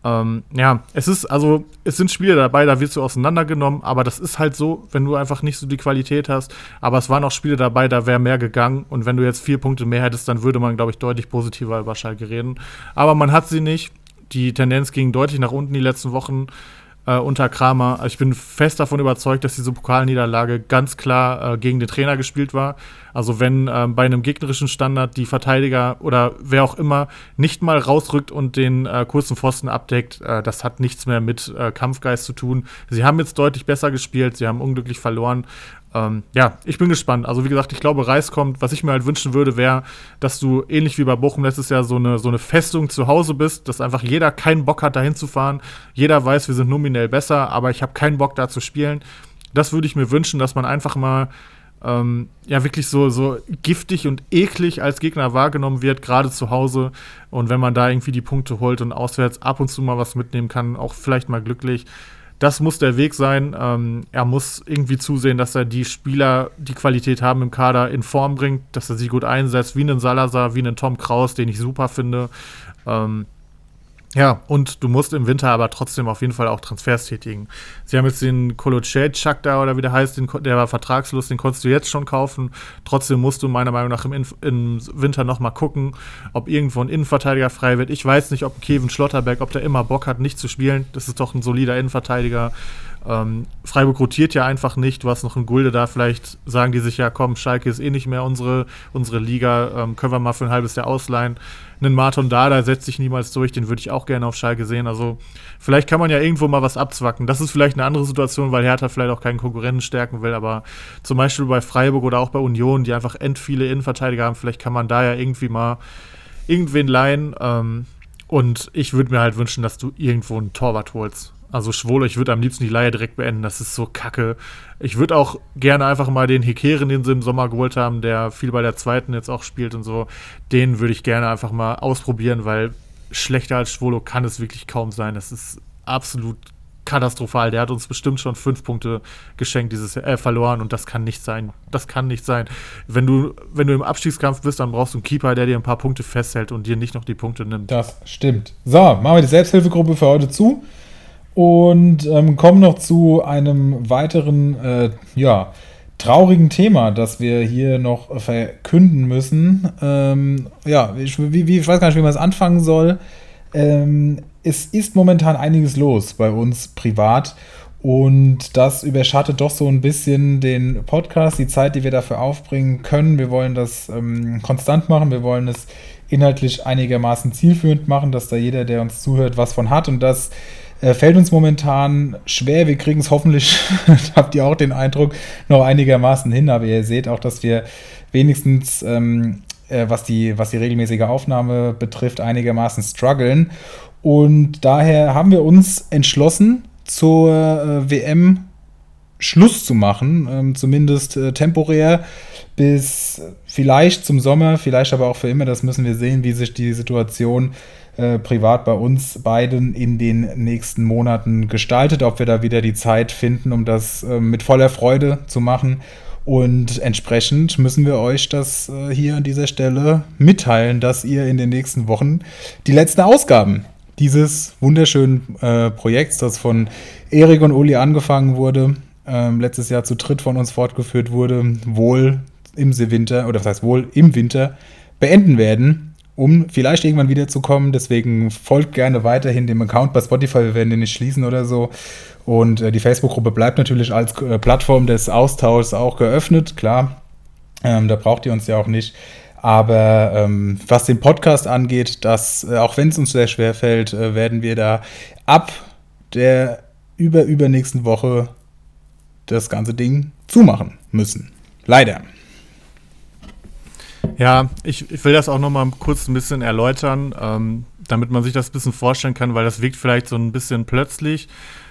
Es sind Spiele dabei, da wirst du auseinandergenommen, aber das ist halt so, wenn du einfach nicht so die Qualität hast. Aber es waren auch Spiele dabei, da wäre mehr gegangen und wenn du jetzt 4 Punkte mehr hättest, dann würde man, glaube ich, deutlich positiver über Schalke reden. Aber man hat sie nicht. Die Tendenz ging deutlich nach unten die letzten Wochen unter Kramer. Also ich bin fest davon überzeugt, dass diese Pokalniederlage ganz klar gegen den Trainer gespielt war. Also wenn bei einem gegnerischen Standard die Verteidiger oder wer auch immer nicht mal rausrückt und den kurzen Pfosten abdeckt, das hat nichts mehr mit Kampfgeist zu tun. Sie haben jetzt deutlich besser gespielt, sie haben unglücklich verloren. Ja, ich bin gespannt. Also wie gesagt, ich glaube, Reis kommt. Was ich mir halt wünschen würde, wäre, dass du ähnlich wie bei Bochum letztes Jahr so eine Festung zu Hause bist, dass einfach jeder keinen Bock hat, dahin zu fahren. Jeder weiß, wir sind nominell besser, aber ich habe keinen Bock, da zu spielen. Das würde ich mir wünschen, dass man einfach mal ja wirklich so giftig und eklig als Gegner wahrgenommen wird, gerade zu Hause. Und wenn man da irgendwie die Punkte holt und auswärts ab und zu mal was mitnehmen kann, auch vielleicht mal glücklich. Das muss der Weg sein. Er muss irgendwie zusehen, dass er die Spieler, die Qualität haben im Kader, in Form bringt, dass er sie gut einsetzt, wie einen Salazar, wie einen Tom Kraus, den ich super finde. Ja, und du musst im Winter aber trotzdem auf jeden Fall auch Transfers tätigen. Sie haben jetzt den Kolocejczak da, oder wie der heißt, der war vertragslos, den konntest du jetzt schon kaufen. Trotzdem musst du meiner Meinung nach im Winter noch mal gucken, ob irgendwo ein Innenverteidiger frei wird. Ich weiß nicht, ob Kevin Schlotterbeck, ob der immer Bock hat, nicht zu spielen. Das ist doch ein solider Innenverteidiger. Freiburg rotiert ja einfach nicht. Du hast noch einen Gulde da, vielleicht sagen die sich ja, komm, Schalke ist eh nicht mehr unsere Liga, können wir mal für ein halbes Jahr ausleihen. Einen Marton Dada setzt sich niemals durch, den würde ich auch gerne auf Schalke sehen. Also vielleicht kann man ja irgendwo mal was abzwacken. Das ist vielleicht eine andere Situation, weil Hertha vielleicht auch keinen Konkurrenten stärken will, aber zum Beispiel bei Freiburg oder auch bei Union, die einfach viele Innenverteidiger haben, vielleicht kann man da ja irgendwie mal irgendwen leihen. Und ich würde mir halt wünschen, dass du irgendwo einen Torwart holst. Also Schwolo, ich würde am liebsten die Leihe direkt beenden, das ist so kacke. Ich würde auch gerne einfach mal den Hekeren, den sie im Sommer geholt haben, der viel bei der zweiten jetzt auch spielt und so, den würde ich gerne einfach mal ausprobieren, weil schlechter als Schwolo kann es wirklich kaum sein. Das ist absolut katastrophal. Der hat uns bestimmt schon 5 Punkte geschenkt, verloren, und das kann nicht sein. Das kann nicht sein. Wenn du im Abstiegskampf bist, dann brauchst du einen Keeper, der dir ein paar Punkte festhält und dir nicht noch die Punkte nimmt. Das stimmt. So, machen wir die Selbsthilfegruppe für heute zu. Und kommen noch zu einem weiteren, traurigen Thema, das wir hier noch verkünden müssen. Ich weiß gar nicht, wie man es anfangen soll. Es ist momentan einiges los bei uns privat, und das überschattet doch so ein bisschen den Podcast, die Zeit, die wir dafür aufbringen können. Wir wollen das konstant machen, wir wollen es inhaltlich einigermaßen zielführend machen, dass da jeder, der uns zuhört, was von hat, und das fällt uns momentan schwer. Wir kriegen es hoffentlich, habt ihr auch den Eindruck, noch einigermaßen hin. Aber ihr seht auch, dass wir wenigstens, was die regelmäßige Aufnahme betrifft, einigermaßen strugglen. Und daher haben wir uns entschlossen, zur WM Schluss zu machen, zumindest temporär, bis vielleicht zum Sommer, vielleicht aber auch für immer. Das müssen wir sehen, wie sich die Situation privat bei uns beiden in den nächsten Monaten gestaltet, ob wir da wieder die Zeit finden, um das mit voller Freude zu machen. Und entsprechend müssen wir euch das hier an dieser Stelle mitteilen, dass ihr in den nächsten Wochen die letzten Ausgaben dieses wunderschönen Projekts, das von Erik und Uli angefangen wurde, letztes Jahr zu dritt von uns fortgeführt wurde, wohl im Winter beenden werden, um vielleicht irgendwann wiederzukommen. Deswegen folgt gerne weiterhin dem Account bei Spotify, wir werden den nicht schließen oder so. Und die Facebook-Gruppe bleibt natürlich als Plattform des Austauschs auch geöffnet, klar. Da braucht ihr uns ja auch nicht. Aber was den Podcast angeht, auch wenn es uns sehr schwer fällt, werden wir da ab der übernächsten Woche das ganze Ding zumachen müssen. Leider. Ja, ich will das auch noch mal kurz ein bisschen erläutern, damit man sich das ein bisschen vorstellen kann, weil das wirkt vielleicht so ein bisschen plötzlich.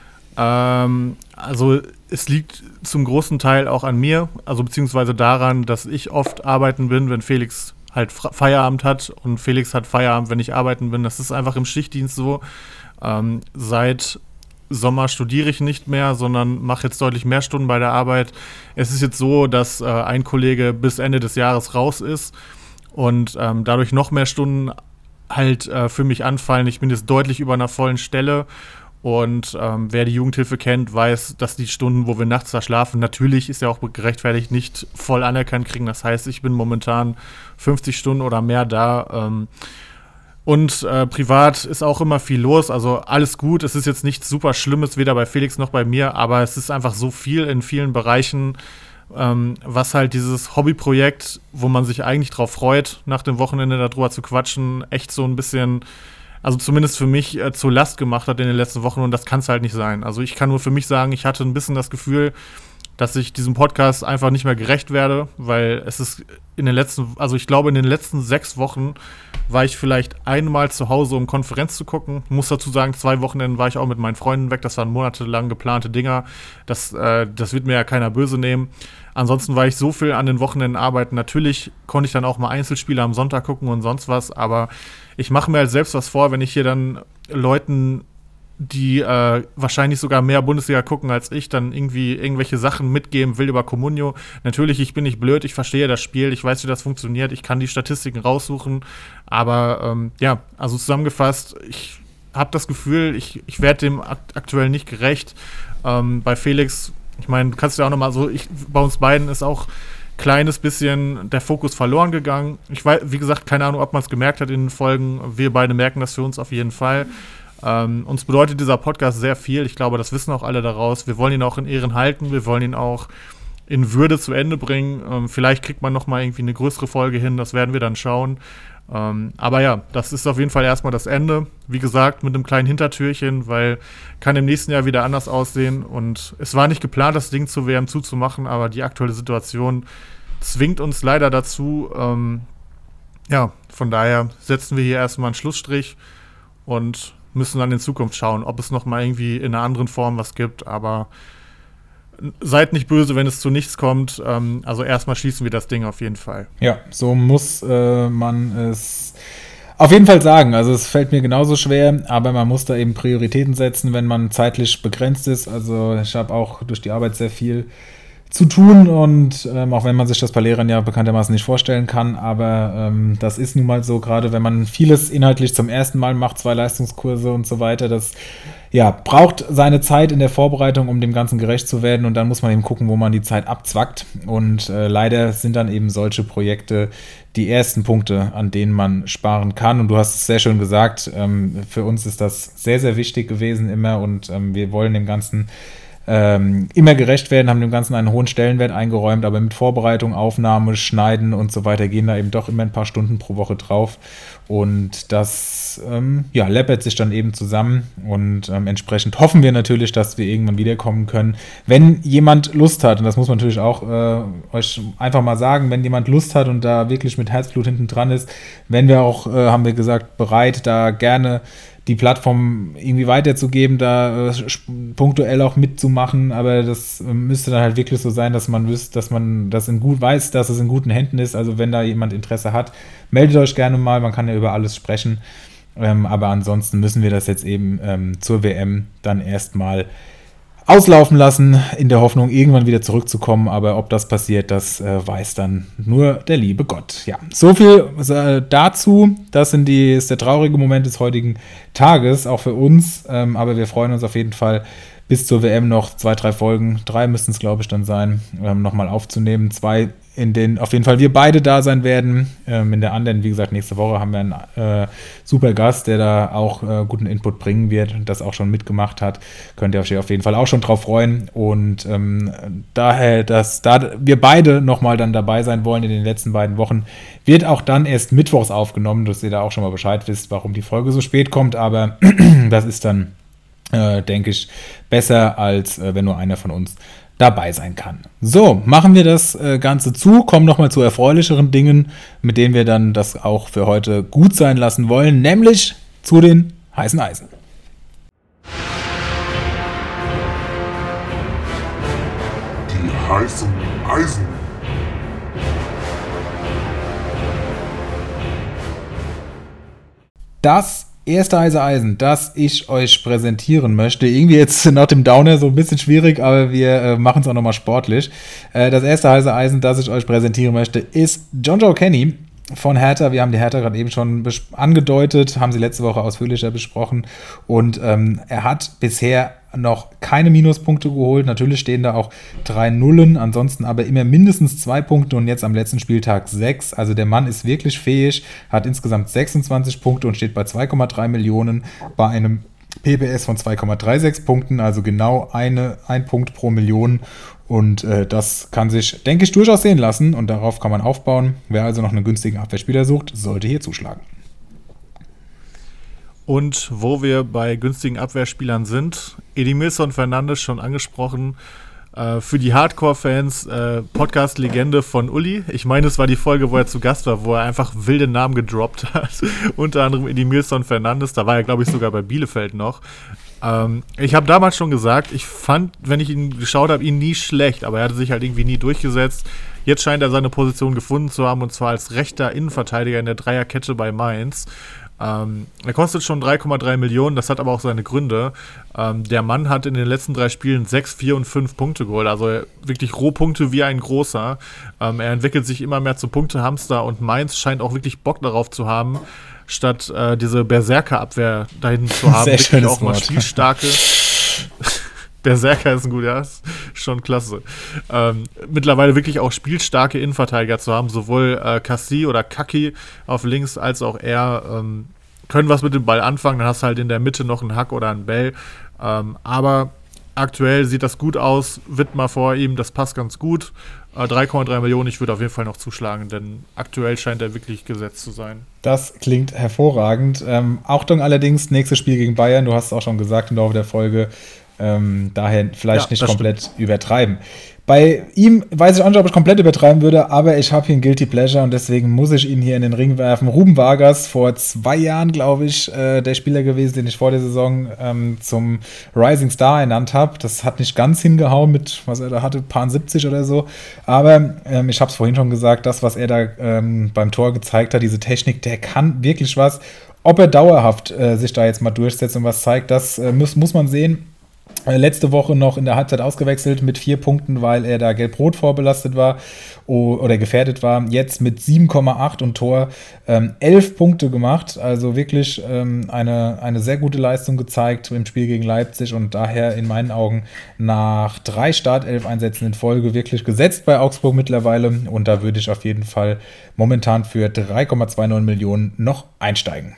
Also es liegt zum großen Teil auch an mir, also beziehungsweise daran, dass ich oft arbeiten bin, wenn Felix halt Feierabend hat, und Felix hat Feierabend, wenn ich arbeiten bin. Das ist einfach im Schichtdienst so. Seit Sommer studiere ich nicht mehr, sondern mache jetzt deutlich mehr Stunden bei der Arbeit. Es ist jetzt so, dass ein Kollege bis Ende des Jahres raus ist und dadurch noch mehr Stunden halt für mich anfallen. Ich bin jetzt deutlich über einer vollen Stelle, und wer die Jugendhilfe kennt, weiß, dass die Stunden, wo wir nachts da schlafen, natürlich ist ja auch gerechtfertigt, nicht voll anerkannt kriegen. Das heißt, ich bin momentan 50 Stunden oder mehr da. Und privat ist auch immer viel los, also alles gut. Es ist jetzt nichts super Schlimmes, weder bei Felix noch bei mir, aber es ist einfach so viel in vielen Bereichen, was halt dieses Hobbyprojekt, wo man sich eigentlich drauf freut, nach dem Wochenende darüber zu quatschen, echt so ein bisschen, also zumindest für mich, zur Last gemacht hat in den letzten Wochen, und das kann es halt nicht sein. Also ich kann nur für mich sagen, ich hatte ein bisschen das Gefühl, dass ich diesem Podcast einfach nicht mehr gerecht werde, weil es ist in den letzten 6 Wochen war ich vielleicht einmal zu Hause, um Konferenz zu gucken. Ich muss dazu sagen, 2 Wochenenden war ich auch mit meinen Freunden weg. Das waren monatelang geplante Dinger. Das wird mir ja keiner böse nehmen. Ansonsten war ich so viel an den Wochenenden arbeiten. Natürlich konnte ich dann auch mal Einzelspiele am Sonntag gucken und sonst was. Aber ich mache mir halt selbst was vor, wenn ich hier dann Leuten, die wahrscheinlich sogar mehr Bundesliga gucken als ich, dann irgendwie irgendwelche Sachen mitgeben will über Comunio. Natürlich, ich bin nicht blöd, ich verstehe das Spiel, ich weiß, wie das funktioniert, ich kann die Statistiken raussuchen, aber also zusammengefasst, ich habe das Gefühl, ich werde dem aktuell nicht gerecht. Bei Felix, ich meine, du kannst ja auch nochmal so, bei uns beiden ist auch kleines bisschen der Fokus verloren gegangen. Ich weiß, wie gesagt, keine Ahnung, ob man es gemerkt hat in den Folgen, wir beide merken das für uns auf jeden Fall. Uns bedeutet dieser Podcast sehr viel. Ich glaube, das wissen auch alle daraus. Wir wollen ihn auch in Ehren halten. Wir wollen ihn auch in Würde zu Ende bringen. Vielleicht kriegt man noch mal irgendwie eine größere Folge hin. Das werden wir dann schauen. Aber ja, das ist auf jeden Fall erstmal das Ende. Wie gesagt, mit einem kleinen Hintertürchen, weil kann im nächsten Jahr wieder anders aussehen. Und es war nicht geplant, das Ding zur WM zuzumachen, aber die aktuelle Situation zwingt uns leider dazu. Von daher setzen wir hier erstmal einen Schlussstrich und müssen dann in Zukunft schauen, ob es noch mal irgendwie in einer anderen Form was gibt, aber seid nicht böse, wenn es zu nichts kommt. Also erstmal schließen wir das Ding auf jeden Fall. Ja, so muss man es auf jeden Fall sagen. Also es fällt mir genauso schwer, aber man muss da eben Prioritäten setzen, wenn man zeitlich begrenzt ist. Also ich habe auch durch die Arbeit sehr viel zu tun und auch wenn man sich das bei Lehrern ja bekanntermaßen nicht vorstellen kann, aber das ist nun mal so, gerade wenn man vieles inhaltlich zum ersten Mal macht, 2 Leistungskurse und so weiter, das braucht seine Zeit in der Vorbereitung, um dem Ganzen gerecht zu werden, und dann muss man eben gucken, wo man die Zeit abzwackt, und leider sind dann eben solche Projekte die ersten Punkte, an denen man sparen kann, und du hast es sehr schön gesagt, für uns ist das sehr, sehr wichtig gewesen immer, und wir wollen dem Ganzen immer gerecht werden, haben dem Ganzen einen hohen Stellenwert eingeräumt, aber mit Vorbereitung, Aufnahme, Schneiden und so weiter gehen da eben doch immer ein paar Stunden pro Woche drauf, und das läppert sich dann eben zusammen, und entsprechend hoffen wir natürlich, dass wir irgendwann wiederkommen können. Wenn jemand Lust hat, und das muss man natürlich auch euch einfach mal sagen, wenn jemand Lust hat und da wirklich mit Herzblut hinten dran ist, wenn wir auch, haben wir gesagt, bereit, da gerne die Plattform irgendwie weiterzugeben, da punktuell auch mitzumachen, aber das müsste dann halt wirklich so sein, dass man weiß, dass es in guten Händen ist. Also wenn da jemand Interesse hat, meldet euch gerne mal, man kann ja über alles sprechen, aber ansonsten müssen wir das jetzt eben zur WM dann erstmal auslaufen lassen, in der Hoffnung, irgendwann wieder zurückzukommen, aber ob das passiert, das weiß dann nur der liebe Gott. Ja, so viel dazu. Das ist der traurige Moment des heutigen Tages, auch für uns, aber wir freuen uns auf jeden Fall, bis zur WM noch 2, 3 Folgen, 3 müssten es, glaube ich, dann sein, nochmal aufzunehmen. 2, in denen auf jeden Fall wir beide da sein werden. In der anderen, wie gesagt, nächste Woche haben wir einen super Gast, der da auch guten Input bringen wird und das auch schon mitgemacht hat. Könnt ihr euch auf jeden Fall auch schon drauf freuen. Und daher, da wir beide nochmal dann dabei sein wollen in den letzten beiden Wochen, wird auch dann erst mittwochs aufgenommen, dass ihr da auch schon mal Bescheid wisst, warum die Folge so spät kommt. Aber das ist dann, denke ich, besser, als wenn nur einer von uns dabei sein kann. So, machen wir das Ganze zu, kommen nochmal zu erfreulicheren Dingen, mit denen wir dann das auch für heute gut sein lassen wollen, nämlich zu den heißen Eisen. Die heißen Eisen. Das erste heiße Eisen, das ich euch präsentieren möchte, irgendwie jetzt nach dem Downer so ein bisschen schwierig, aber wir machen es auch nochmal sportlich. Das erste heiße Eisen, das ich euch präsentieren möchte, ist Jonjoe Kenny von Hertha. Wir haben die Hertha gerade eben schon angedeutet, haben sie letzte Woche ausführlicher besprochen, und er hat bisher noch keine Minuspunkte geholt. Natürlich stehen da auch 3 Nullen, ansonsten aber immer mindestens 2 Punkte und jetzt am letzten Spieltag 6. Also der Mann ist wirklich fähig, hat insgesamt 26 Punkte und steht bei 2,3 Millionen bei einem PPS von 2,36 Punkten, also genau ein Punkt pro Million. Und das kann sich, denke ich, durchaus sehen lassen. Und darauf kann man aufbauen. Wer also noch einen günstigen Abwehrspieler sucht, sollte hier zuschlagen. Und wo wir bei günstigen Abwehrspielern sind, Edimilson Fernandes schon angesprochen, für die Hardcore-Fans, Podcast-Legende von Uli. Ich meine, es war die Folge, wo er zu Gast war, wo er einfach wilde Namen gedroppt hat. Unter anderem Edimilson Fernandes, da war er, glaube ich, sogar bei Bielefeld noch. Ich habe damals schon gesagt, ich fand, wenn ich ihn geschaut habe, ihn nie schlecht, aber er hatte sich halt irgendwie nie durchgesetzt. Jetzt scheint er seine Position gefunden zu haben, und zwar als rechter Innenverteidiger in der Dreierkette bei Mainz. Er kostet schon 3,3 Millionen, das hat aber auch seine Gründe. Der Mann hat in den letzten 3 Spielen 6, 4 und 5 Punkte geholt, also wirklich Rohpunkte wie ein großer. Er entwickelt sich immer mehr zu Punktehamster, und Mainz scheint auch wirklich Bock darauf zu haben, statt diese Berserker-Abwehr da hinten zu haben, Sehr wirklich auch Wort. mal spielstarke. Berserker ist ein gut, ja, ist schon klasse. Mittlerweile wirklich auch spielstarke Innenverteidiger zu haben, sowohl Cassie oder Kaki auf links als auch er können was mit dem Ball anfangen. Dann hast du halt in der Mitte noch einen Hack oder einen Bell. Aber aktuell sieht das gut aus. Widmer vor ihm, das passt ganz gut. 3,3 Millionen, ich würde auf jeden Fall noch zuschlagen, denn aktuell scheint er wirklich gesetzt zu sein. Das klingt hervorragend. Achtung allerdings, nächstes Spiel gegen Bayern, du hast es auch schon gesagt im Laufe der Folge, daher vielleicht nicht komplett übertreiben. Bei ihm weiß ich auch nicht, ob ich komplett übertreiben würde, aber ich habe hier ein Guilty Pleasure und deswegen muss ich ihn hier in den Ring werfen. Ruben Vargas, vor 2 Jahren, glaube ich, der Spieler gewesen, den ich vor der Saison zum Rising Star ernannt habe. Das hat nicht ganz hingehauen mit, was er da hatte, paar 70 oder so. Aber ich habe es vorhin schon gesagt, das, was er da beim Tor gezeigt hat, diese Technik, der kann wirklich was. Ob er dauerhaft sich da jetzt mal durchsetzt und was zeigt, das muss man sehen. Letzte Woche noch in der Halbzeit ausgewechselt mit 4 Punkten, weil er da gelb-rot vorbelastet war oder gefährdet war. Jetzt mit 7,8 und Tor 11 Punkte gemacht. Also wirklich eine sehr gute Leistung gezeigt im Spiel gegen Leipzig und daher in meinen Augen nach 3 Startelf-Einsätzen in Folge wirklich gesetzt bei Augsburg mittlerweile. Und da würde ich auf jeden Fall momentan für 3,29 Millionen noch einsteigen.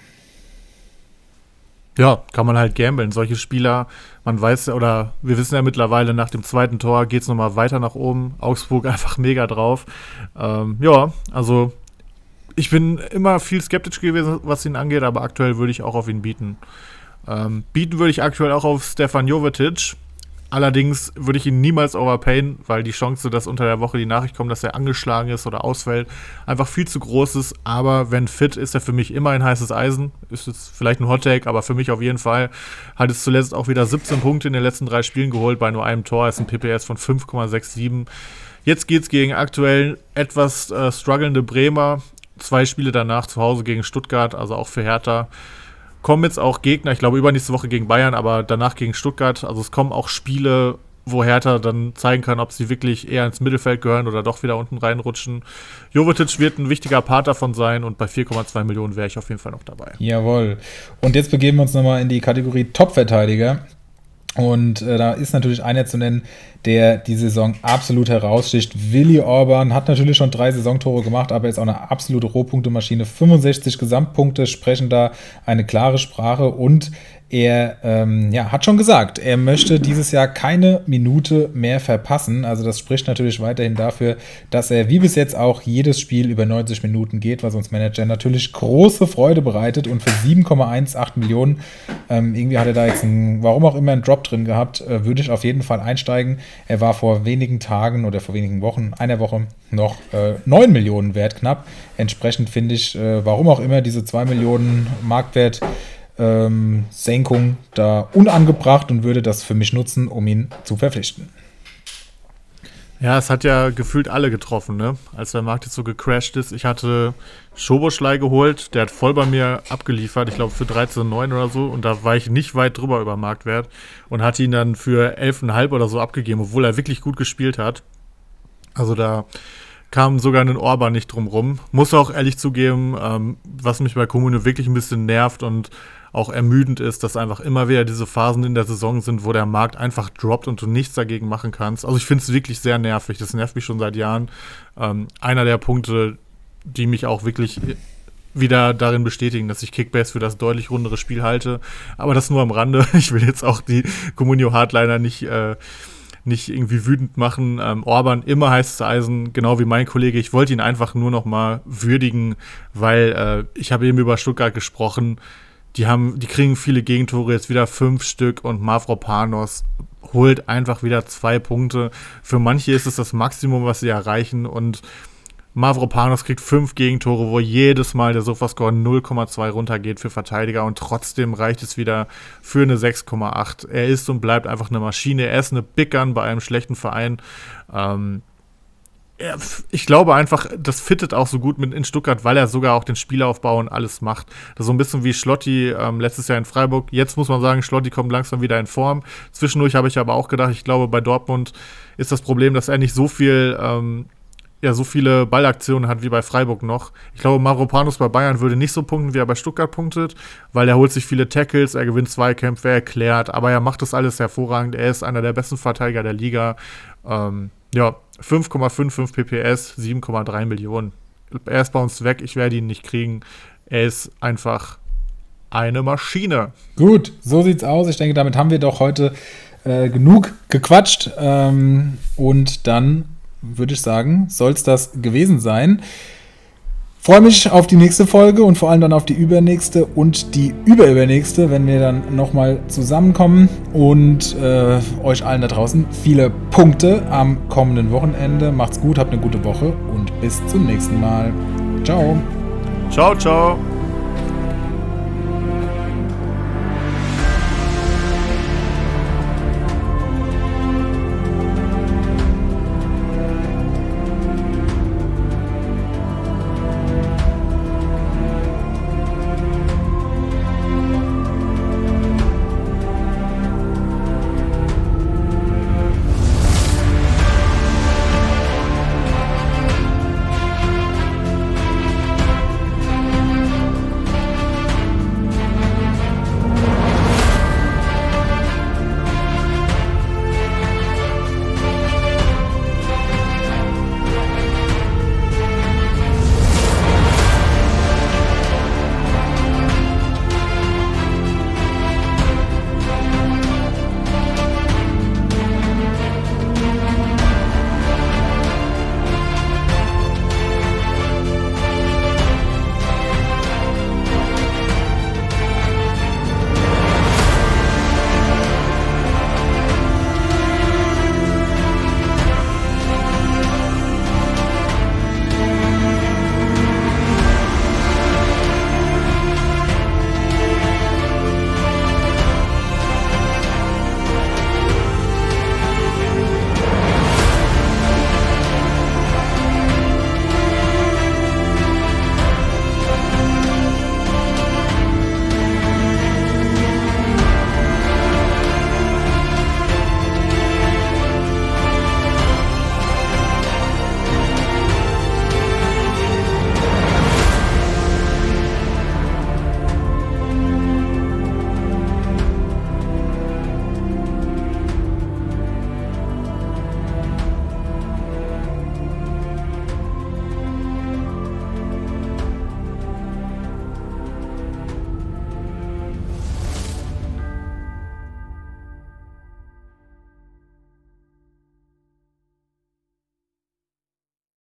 Ja, kann man halt gamblen. Solche Spieler, man weiß, oder wir wissen ja mittlerweile, nach dem 2. Tor geht es nochmal weiter nach oben. Augsburg einfach mega drauf. Ja, also ich bin immer viel skeptisch gewesen, was ihn angeht, aber aktuell würde ich auch auf ihn bieten. Bieten würde ich aktuell auch auf Stefan Jovetic. Allerdings würde ich ihn niemals overpayen, weil die Chance, dass unter der Woche die Nachricht kommt, dass er angeschlagen ist oder ausfällt, einfach viel zu groß ist. Aber wenn fit, ist er für mich immer ein heißes Eisen. Ist jetzt vielleicht ein Hottake, aber für mich auf jeden Fall. Hat es zuletzt auch wieder 17 Punkte in den letzten 3 Spielen geholt bei nur einem Tor. Ist ein PPS von 5,67. Jetzt geht's gegen aktuell etwas strugglende Bremer. 2 Spiele danach zu Hause gegen Stuttgart, also auch für Hertha. Kommen jetzt auch Gegner, ich glaube übernächste Woche gegen Bayern, aber danach gegen Stuttgart. Also es kommen auch Spiele, wo Hertha dann zeigen kann, ob sie wirklich eher ins Mittelfeld gehören oder doch wieder unten reinrutschen. Jovetic wird ein wichtiger Part davon sein und bei 4,2 Millionen wäre ich auf jeden Fall noch dabei. Jawohl. Und jetzt begeben wir uns nochmal in die Kategorie Top-Verteidiger. Und da ist natürlich einer zu nennen, der die Saison absolut heraussticht. Willi Orban hat natürlich schon 3 Saisontore gemacht, aber ist auch eine absolute Rohpunktemaschine. 65 Gesamtpunkte sprechen da eine klare Sprache und er hat schon gesagt, er möchte dieses Jahr keine Minute mehr verpassen. Also das spricht natürlich weiterhin dafür, dass er wie bis jetzt auch jedes Spiel über 90 Minuten geht, was uns Manager natürlich große Freude bereitet. Und für 7,18 Millionen, irgendwie hat er da jetzt warum auch immer einen Drop drin gehabt, würde ich auf jeden Fall einsteigen. Er war vor wenigen Tagen oder vor wenigen Wochen, einer Woche, noch 9 Millionen wert knapp. Entsprechend finde ich, warum auch immer, diese 2 Millionen Marktwert Senkung da unangebracht und würde das für mich nutzen, um ihn zu verpflichten. Ja, es hat ja gefühlt alle getroffen, ne? Als der Markt jetzt so gecrashed ist. Ich hatte Szoboszlai geholt, der hat voll bei mir abgeliefert, ich glaube für 13,9 oder so, und da war ich nicht weit drüber über Marktwert und hatte ihn dann für 11,5 oder so abgegeben, obwohl er wirklich gut gespielt hat. Also da kam sogar ein Orban nicht drum rum. Muss auch ehrlich zugeben, was mich bei Comunio wirklich ein bisschen nervt und auch ermüdend ist, dass einfach immer wieder diese Phasen in der Saison sind, wo der Markt einfach droppt und du nichts dagegen machen kannst. Also ich finde es wirklich sehr nervig. Das nervt mich schon seit Jahren. Einer der Punkte, die mich auch wirklich wieder darin bestätigen, dass ich Kickbase für das deutlich rundere Spiel halte. Aber das nur am Rande. Ich will jetzt auch die Comunio-Hardliner nicht irgendwie wütend machen. Orban, immer heißes Eisen, genau wie mein Kollege. Ich wollte ihn einfach nur noch mal würdigen, weil ich habe eben über Stuttgart gesprochen. Die kriegen viele Gegentore, jetzt wieder 5 Stück und Mavropanos holt einfach wieder 2 Punkte. Für manche ist es das Maximum, was sie erreichen, und Mavropanos kriegt 5 Gegentore, wo jedes Mal der Sofascore 0,2 runtergeht für Verteidiger, und trotzdem reicht es wieder für eine 6,8. Er ist und bleibt einfach eine Maschine. Er ist eine Big Gun bei einem schlechten Verein. Ich glaube einfach, das fittet auch so gut mit in Stuttgart, weil er sogar auch den Spielaufbau und alles macht. Das ist so ein bisschen wie Schlotti letztes Jahr in Freiburg. Jetzt muss man sagen, Schlotti kommt langsam wieder in Form. Zwischendurch habe ich aber auch gedacht, ich glaube, bei Dortmund ist das Problem, dass er nicht so viele Ballaktionen hat wie bei Freiburg noch. Ich glaube, Mavropanos bei Bayern würde nicht so punkten, wie er bei Stuttgart punktet, weil er holt sich viele Tackles, er gewinnt Zweikämpfe, er erklärt, aber er macht das alles hervorragend. Er ist einer der besten Verteidiger der Liga. 5,55 PPS, 7,3 Millionen. Er ist bei uns weg, ich werde ihn nicht kriegen. Er ist einfach eine Maschine. Gut, so sieht's aus. Ich denke, damit haben wir doch heute genug gequatscht. Und dann würde ich sagen, soll es das gewesen sein. Freue mich auf die nächste Folge und vor allem dann auf die übernächste und die überübernächste, wenn wir dann nochmal zusammenkommen, und euch allen da draußen viele Punkte am kommenden Wochenende. Macht's gut, habt eine gute Woche und bis zum nächsten Mal. Ciao. Ciao, ciao.